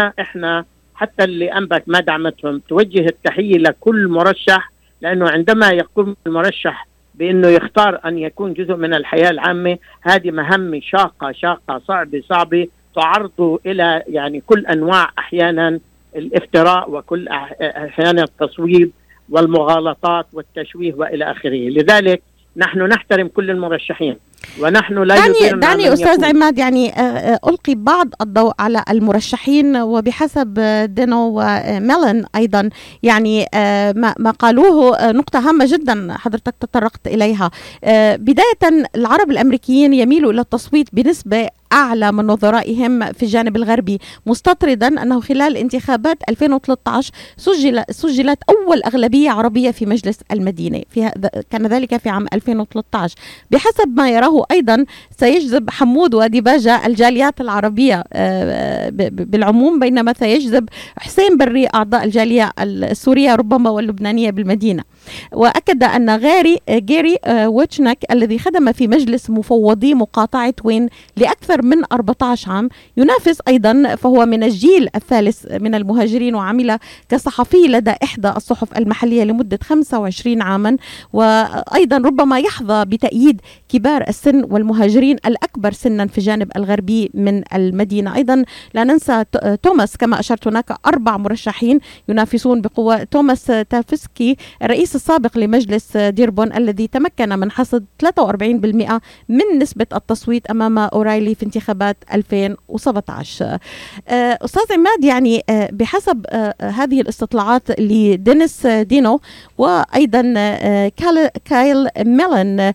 اللي أنبك ما دعمتهم توجه التحية لكل مرشح، لأنه عندما يقوم المرشح بأنه يختار أن يكون جزء من الحياة العامة، هذه مهمة شاقة صعبة تعرض إلى يعني كل أنواع أحيانا الافتراء وكل أحيانا التصويب والمغالطات والتشويه وإلى آخره. لذلك نحن نحترم كل المرشحين ونحن لا دعني أستاذ عماد يعني ألقي بعض الضوء على المرشحين. وبحسب دينو وميلن أيضا يعني ما قالوه نقطة هامة جدا حضرتك تطرقت إليها. بداية العرب الأمريكيين يميلوا إلى التصويت بنسبة أعلى من نظرائهم في الجانب الغربي، مستطردا أنه خلال انتخابات 2013 سجلت أول أغلبية عربية في مجلس المدينة، كان ذلك في عام 2013. بحسب ما يراه أيضا سيجذب حمود وديباجة الجاليات العربية بالعموم، بينما سيجذب حسين بري أعضاء الجالية السورية ربما واللبنانية بالمدينة. وأكد أن جيري ويتشنك الذي خدم في مجلس مفوضي مقاطعة وين لأكثر من 14 عام ينافس أيضا، فهو من الجيل الثالث من المهاجرين وعمل كصحفي لدى إحدى الصحف المحلية لمدة 25 عاما، وأيضا ربما يحظى بتأييد كبار السن والمهاجرين الأكبر سنا في الجانب الغربي من المدينة. أيضا لا ننسى توماس، كما أشرت هناك 4 مرشحين ينافسون بقوة. توماس تلفاسكي الرئيس السابق لمجلس ديربون الذي تمكن من حصد 43% من نسبة التصويت أمام أورايلي في انتخابات 2017. أستاذ عماد، يعني بحسب هذه الاستطلاعات لدينيس دينو وأيضا كايل ميلن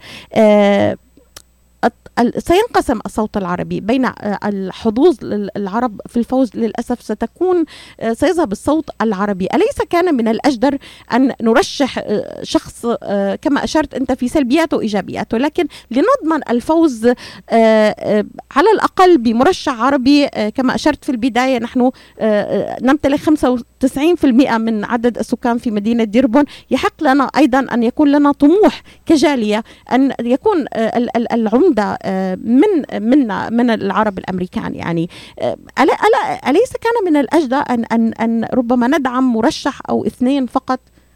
سينقسم الصوت العربي بين الحظوظ العرب في الفوز. للأسف سيذهب الصوت العربي. أليس كان من الأجدر أن نرشح شخص كما أشرت أنت في سلبياته وإيجابياته، لكن لنضمن الفوز على الأقل بمرشح عربي؟ كما أشرت في البداية نحن نمتلك 95% من عدد السكان في مدينة ديربون. يحق لنا أيضا أن يكون لنا طموح كجالية أن يكون العمدة من العرب الأمريكان. يعني أليس كان من الأجدى أن ربما ندعم مرشح أو 2 فقط؟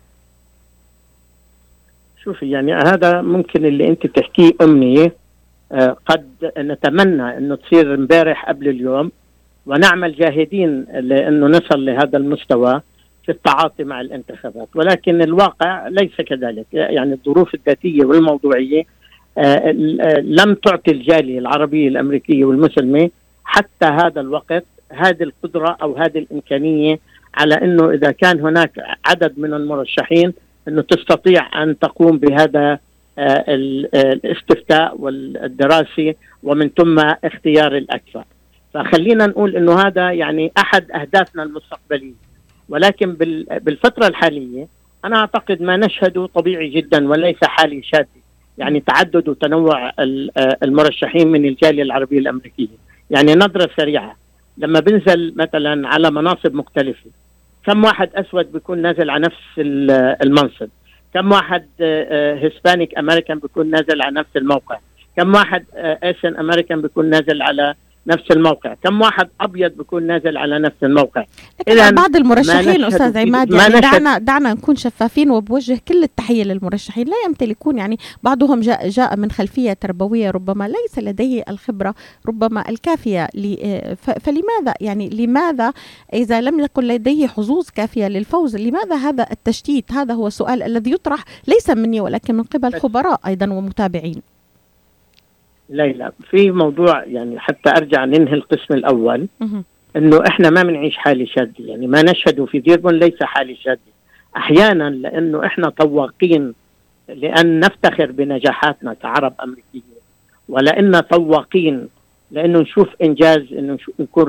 شوفي، يعني هذا ممكن اللي أنت تحكيه أمنية، قد نتمنى أنه تصير امبارح قبل اليوم، ونعمل جاهدين لأنه نصل لهذا المستوى في التعاطي مع الانتخابات، ولكن الواقع ليس كذلك. يعني الظروف الذاتية والموضوعية لم تعطي الجالية العربية الأمريكية والمسلمة حتى هذا الوقت هذه القدرة أو هذه الإمكانية على أنه إذا كان هناك عدد من المرشحين أنه تستطيع أن تقوم بهذا الاستفتاء والدراسة ومن ثم اختيار الأكفأ. فخلينا نقول أنه هذا يعني أحد أهدافنا المستقبلية، ولكن بالفترة الحالية أنا أعتقد ما نشهده طبيعي جدا وليس حالي شاذ، يعني تعدد وتنوع المرشحين من الجالية العربية الأمريكية. يعني نظرة سريعة، لما بنزل مثلا على مناصب مختلفة كم واحد أسود بيكون نازل على نفس المنصب؟ كم واحد هسبانيك أمريكان بيكون نازل على نفس الموقع؟ كم واحد إيشن أمريكان بيكون نازل على نفس الموقع؟ كم واحد أبيض بيكون نازل على نفس الموقع؟ لكن بعض المرشحين أستاذ عماد يعني دعنا نكون شفافين، وبوجه كل التحية للمرشحين، لا يمتلكون يعني بعضهم جاء من خلفية تربوية ربما ليس لديه الخبرة ربما الكافية فلماذا يعني لماذا إذا لم يكن لديه حظوظ كافية للفوز لماذا هذا التشتيت؟ هذا هو السؤال الذي يطرح ليس مني ولكن من قبل خبراء أيضا ومتابعين. لا في موضوع يعني حتى أرجع ننهي القسم الأول إنه إحنا ما بنعيش حالة شاذة، يعني ما نشهده في ديربون ليس حالة شاذة أحيانا، لأنه إحنا طواقين لأن نفتخر بنجاحاتنا كعرب أمريكيين، ولأننا طواقين لأنه نشوف إنجاز إنه نكون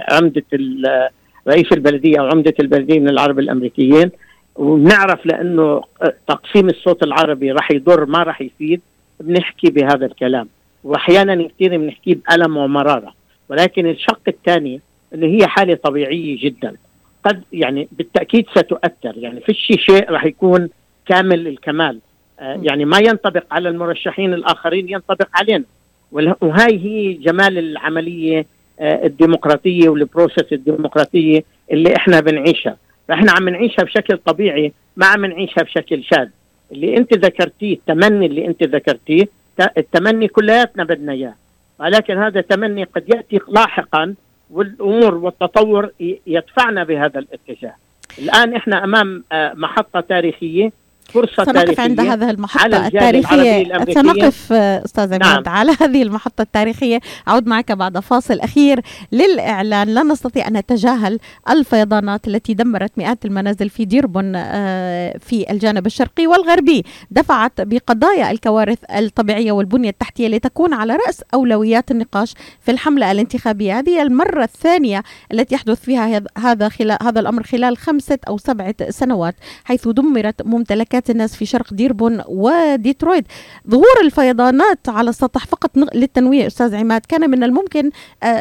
رئيس البلدية أو عمدة البلدية من العرب الأمريكيين، ونعرف لأنه تقسيم الصوت العربي راح يضر ما راح يفيد، بنحكي بهذا الكلام، واحيانا كثير بنحكيه بألم ومرارة. ولكن الشق الثاني انه هي حالة طبيعية جدا، قد يعني بالتأكيد ستؤثر، يعني في شيء راح يكون كامل الكمال، يعني ما ينطبق على المرشحين الآخرين ينطبق علينا، وهاي هي جمال العملية الديمقراطية والبروسيس الديمقراطية اللي احنا بنعيشها. فاحنا عم نعيشها بشكل طبيعي، ما عم نعيشها بشكل شاذ. اللي انت ذكرتيه، التمني اللي انت ذكرتيه، التمني كلياتنا بدنا اياه، ولكن هذا تمني قد يأتي لاحقا، والامور والتطور يدفعنا بهذا الاتجاه. الان احنا امام محطة تاريخية، فرصة تاريخية عند هذا المحطة التاريخية. سنقف أستاذ عماد على هذه المحطة التاريخية. أعود معك بعد فاصل أخير للإعلان. لا نستطيع أن نتجاهل الفيضانات التي دمرت مئات المنازل في ديربون في الجانب الشرقي والغربي، دفعت بقضايا الكوارث الطبيعية والبنية التحتية لتكون على رأس أولويات النقاش في الحملة الانتخابية. هذه المرة الثانية التي يحدث فيها هذا الأمر خلال 5 أو 7 سنوات، حيث دمرت ممتلكات الناس في شرق ديربون وديترويت. ظهور الفيضانات على السطح فقط للتنويه أستاذ عماد كان من الممكن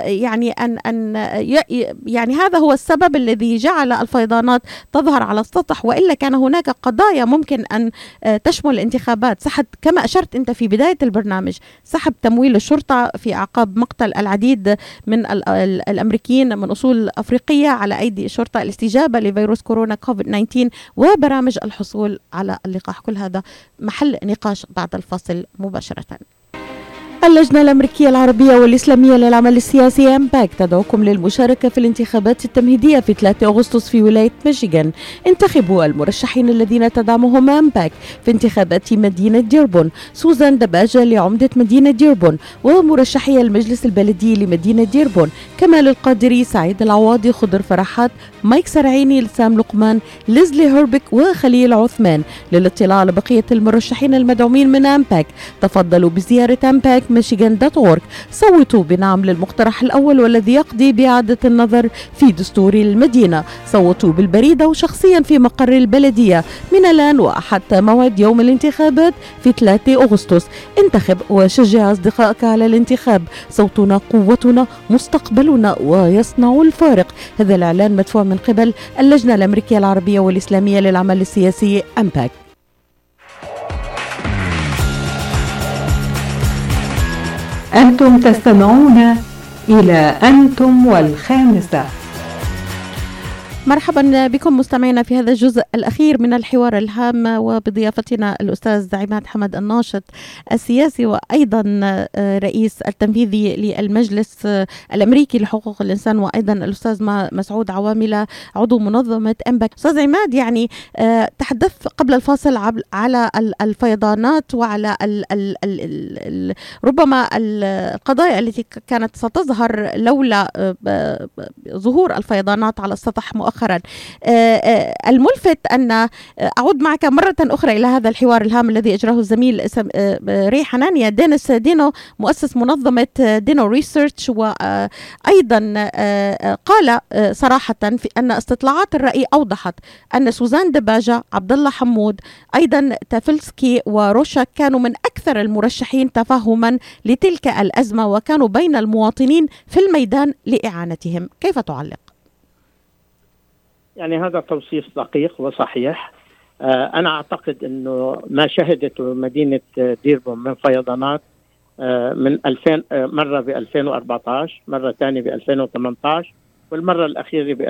يعني هذا هو السبب الذي جعل الفيضانات تظهر على السطح، وإلا كان هناك قضايا ممكن أن تشمل الانتخابات. كما أشرت أنت في بداية البرنامج، سحب تمويل الشرطة في أعقاب مقتل العديد من الأمريكيين من أصول أفريقية على أيدي الشرطة، الاستجابة لفيروس كورونا كوفيد-19 وبرامج الحصول على اللقاح. كل هذا محل نقاش بعد الفاصل مباشرة. اللجنة الأمريكية العربية والإسلامية للعمل السياسي أمباك تدعوكم للمشاركة في الانتخابات التمهيدية في 3 أغسطس في ولاية ميشيغان. انتخبوا المرشحين الذين تدعمهم أمباك في انتخابات مدينة ديربون: سوزان دباجة لعمدة مدينة ديربون، ومرشحي المجلس البلدي لمدينة ديربون: كمال القادري، سعيد العواضي، خضر فرحات، مايك سرعيني، لسام لقمان، ليزلي هربك، وخليل عثمان. للاطلاع على بقية المرشحين المدعومين من أمباك تفضلوا بزيارة أمباك michigan.org. صوتوا بنعم للمقترح الأول والذي يقضي بإعادة النظر في دستور المدينة. صوتوا بالبريدة وشخصيا في مقر البلدية من الآن وحتى موعد يوم الانتخابات في 3 أغسطس. انتخب وشجع أصدقائك على الانتخاب. صوتنا قوتنا، مستقبلنا، ويصنع الفارق. هذا الإعلان مدفوع من قبل اللجنة الأمريكية العربية والإسلامية للعمل السياسي أمباك. أنتم تستمعون إلى أنتم والخامسة. مرحبا بكم مستمعينا في هذا الجزء الأخير من الحوار الهام، وبضيافتنا الأستاذ عماد حمد الناشط السياسي وأيضا رئيس التنفيذي للمجلس الأمريكي لحقوق الإنسان، وأيضا الأستاذ مسعود عواملة عضو منظمة أمباك. أستاذ عماد، يعني تحدث قبل الفاصل على الفيضانات وعلى ربما القضايا التي كانت ستظهر لولا ظهور الفيضانات على السطح مؤخرا. الملفت أن أعود معك مرة أخرى إلى هذا الحوار الهام الذي أجراه الزميل ري حنانيا دينيس دينو، مؤسس منظمة دينو ريسيرش، وأيضا قال صراحة في أن استطلاعات الرأي أوضحت أن سوزان دباجة، عبد الله حمود، أيضا تافلسكي وروشا كانوا من أكثر المرشحين تفهما لتلك الأزمة، وكانوا بين المواطنين في الميدان لإعانتهم. كيف تعلق؟ يعني هذا توصيف دقيق وصحيح، أنا أعتقد أنه ما شهدته مدينة ديربون من فيضانات من 2000 مرة ب 2014، مرة ثانية ب 2018، والمرة الأخيرة ب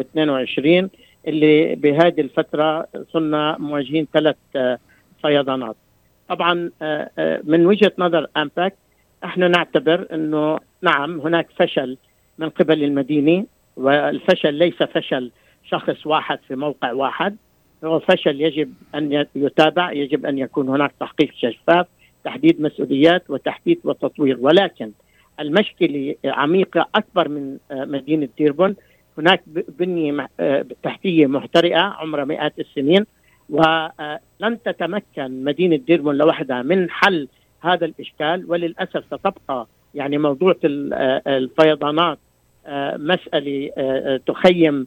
2022 اللي بهذه الفترة صرنا مواجهين 3 فيضانات. طبعا من وجهة نظر أمباك احنا نعتبر أنه نعم هناك فشل من قبل المدينة، والفشل ليس فشل شخص واحد في موقع واحد، هو فشل يجب أن يتابع، يجب أن يكون هناك تحقيق شفاف، تحديد مسؤوليات وتحديد وتطوير. ولكن المشكلة عميقة أكبر من مدينة ديربون. هناك بنية تحتية محترقة عمرها مئات السنين، ولن تتمكن مدينة ديربون لوحدها من حل هذا الإشكال. وللأسف ستبقى يعني موضوع الفيضانات مسألة تخيم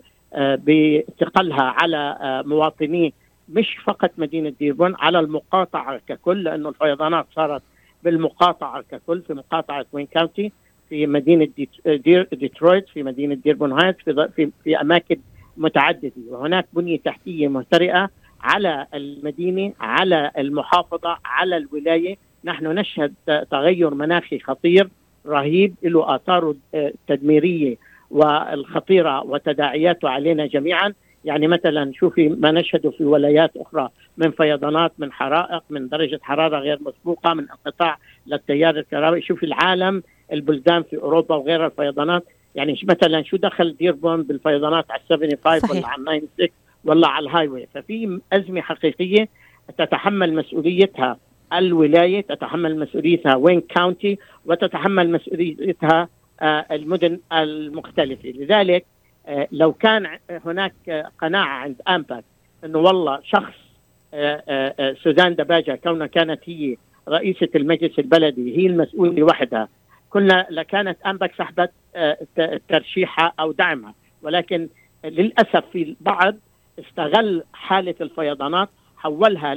بثقلها على مواطني مش فقط مدينة ديربون، على المقاطعة ككل، لأنه الفيضانات صارت بالمقاطعة ككل، في مقاطعة وين كاونتي، في مدينة ديترويت، في مدينة ديربون هايتس، في أماكن متعددة. وهناك بنية تحتية محترقة على المدينة، على المحافظة، على الولاية. نحن نشهد تغير مناخي خطير رهيب له آثاره التدميرية والخطيرة وتداعياته علينا جميعا. يعني مثلا شوفي ما نشهده في ولايات أخرى من فيضانات، من حرائق، من درجة حرارة غير مسبوقة، من انقطاع للتيار الكهربائي. شوفي العالم، البلدان في أوروبا وغيرها الفيضانات. يعني مثلا شو دخل ديربون بالفيضانات على 75 ولا على 96 ولا على الهاي واي؟ ففي أزمة حقيقية تتحمل مسؤوليتها الولاية، تتحمل مسؤوليتها وين كاونتي، وتتحمل مسؤوليتها المدن المختلفة. لذلك لو كان هناك قناعة عند أمباك أنه والله شخص سوزان دباجة كونها كانت هي رئيسة المجلس البلدي هي المسؤولة وحدها، كنا لكانت أمباك سحبت ترشيحها أو دعمها. ولكن للأسف في البعض استغل حالة الفيضانات، حولها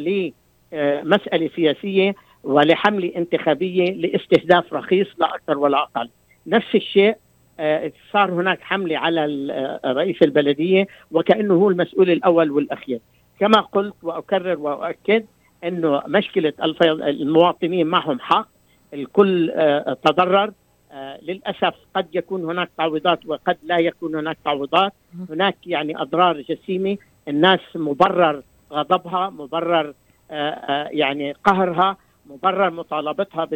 لمسألة سياسية ولحملة انتخابية لاستهداف رخيص لا أكثر ولا أقل. نفس الشيء صار هناك حملة على رئيس البلدية وكأنه هو المسؤول الأول والأخير. كما قلت وأكرر وأؤكد أنه مشكلة المواطنين معهم حق، الكل تضرر. للأسف قد يكون هناك تعويضات وقد لا يكون هناك تعويضات. هناك يعني أضرار جسيمة، الناس مبرر غضبها، مبرر يعني قهرها، مبرر مطالبتها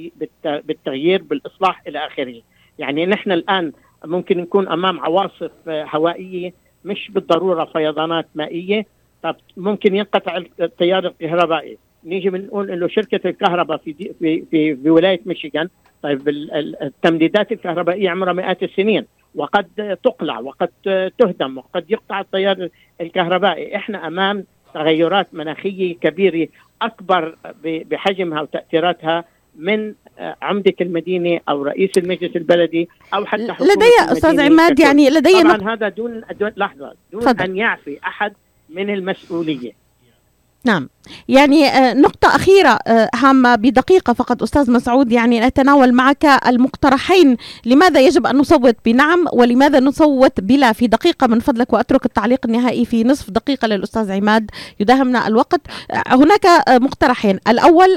بالتغيير بالإصلاح إلى آخره. يعني نحن الآن ممكن نكون أمام عواصف هوائية، مش بالضرورة فيضانات مائية. طب ممكن ينقطع التيار الكهربائي، نيجي بنقول إنه شركة الكهرباء في ولاية ميشيغان، طيب التمديدات الكهربائية عمرها مئات السنين، وقد تقلع وقد تهدم وقد يقطع التيار الكهربائي. احنا أمام تغيرات مناخية كبيرة أكبر بحجمها وتأثيراتها من عمدة المدينة أو رئيس المجلس البلدي أو حتى حكومة لدي أستاذ عماد يعني لدي طبعا هذا دون لحظة دون أن يعفي أحد من المسؤولية. نعم، يعني نقطة أخيرة هامة بدقيقة فقط أستاذ مسعود، يعني نتناول معك المقترحين. لماذا يجب أن نصوت بنعم ولماذا نصوت بلا؟ في دقيقة من فضلك، وأترك التعليق النهائي في نصف دقيقة للأستاذ عماد يداهمنا الوقت. هناك مقترحين، الأول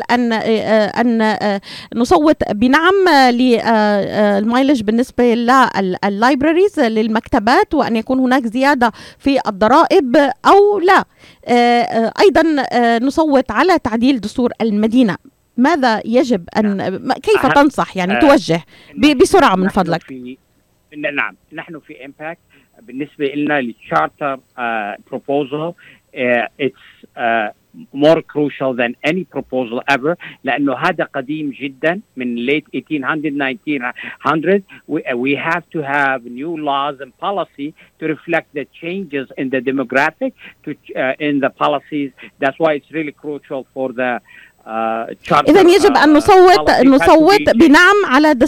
أن نصوت بنعم للمايلج بالنسبة لللايبراريز للمكتبات، وأن يكون هناك زيادة في الضرائب، أو لا أيضا نصوت على تعديل دستور المدينة. ماذا يجب أن كيف تنصح يعني توجه بسرعة من فضلك؟ نعم، نحن في إمباكت بالنسبة لنا للتشارتر proposal it's more crucial than any proposal ever، لأنه هذا قديم جدا من late 1900 we have to have new laws and policy to reflect the changes in the demographic in the policies. That's why it's really crucial for the إذن يجب أن نصوت بنعم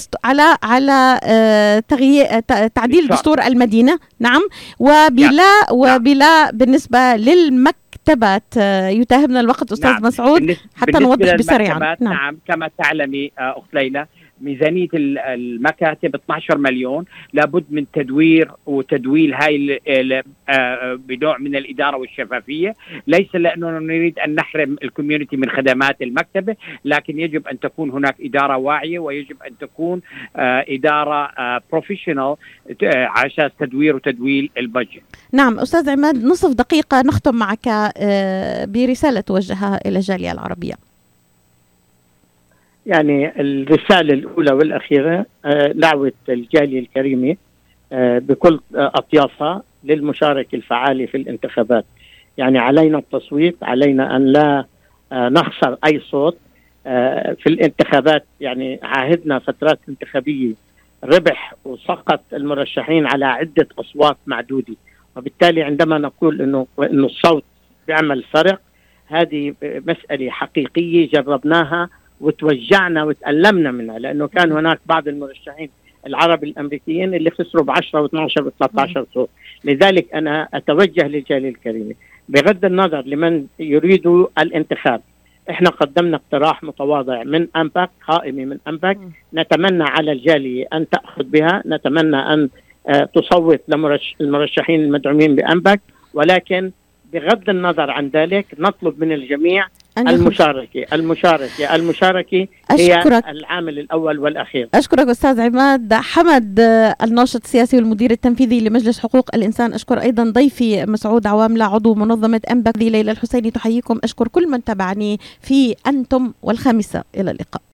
على تغيير تعديل دستور المدينة. نعم، وبلا بالنسبة للمكتبات. يتاهمنا الوقت أستاذ مسعود حتى نوضح بسرعة. نعم، كما تعلمي أخت ليلى ميزانية المكاتب 12 مليون، لابد من تدوير وتدويل هاي بنوع من الإدارة والشفافية، ليس لأننا نريد أن نحرم الكوميونتي من خدمات المكتبة، لكن يجب أن تكون هناك إدارة واعية، ويجب أن تكون إدارة بروفيشنال عشان تدوير وتدويل البجت. نعم أستاذ عماد، نصف دقيقة نختم معك برسالة توجهها إلى الجالية العربية. يعني الرسالة الأولى والأخيرة دعوة الجالية الكريمة بكل أطيافها للمشاركة الفعالة في الانتخابات. يعني علينا التصويت، علينا أن لا نخسر أي صوت في الانتخابات. يعني عاهدنا فترات انتخابية ربح وسقط المرشحين على عدة أصوات معدودة، وبالتالي عندما نقول إنه الصوت بيعمل فرق، هذه مسألة حقيقية جربناها وتوجعنا وتألمنا منها، لأنه كان هناك بعض المرشحين العرب الأمريكيين اللي خسروا ب10 و12 و13 صوت. لذلك أنا أتوجه للجالية الكريمة بغض النظر لمن يريدوا الانتخاب. احنا قدمنا اقتراح متواضع من أمباك، قائمة من أمباك، نتمنى على الجالية أن تأخذ بها، نتمنى أن تصوت للمرشحين المدعومين بأمباك، ولكن بغض النظر عن ذلك نطلب من الجميع المشاركة هي العامل الأول والأخير. أشكرك أستاذ عماد حمد، الناشط السياسي والمدير التنفيذي لمجلس حقوق الإنسان. أشكر أيضا ضيفي مسعود عواملة عضو منظمة أمباك. ليلى الحسيني تحييكم. أشكر كل من تابعني في أنتم والخامسة. إلى اللقاء.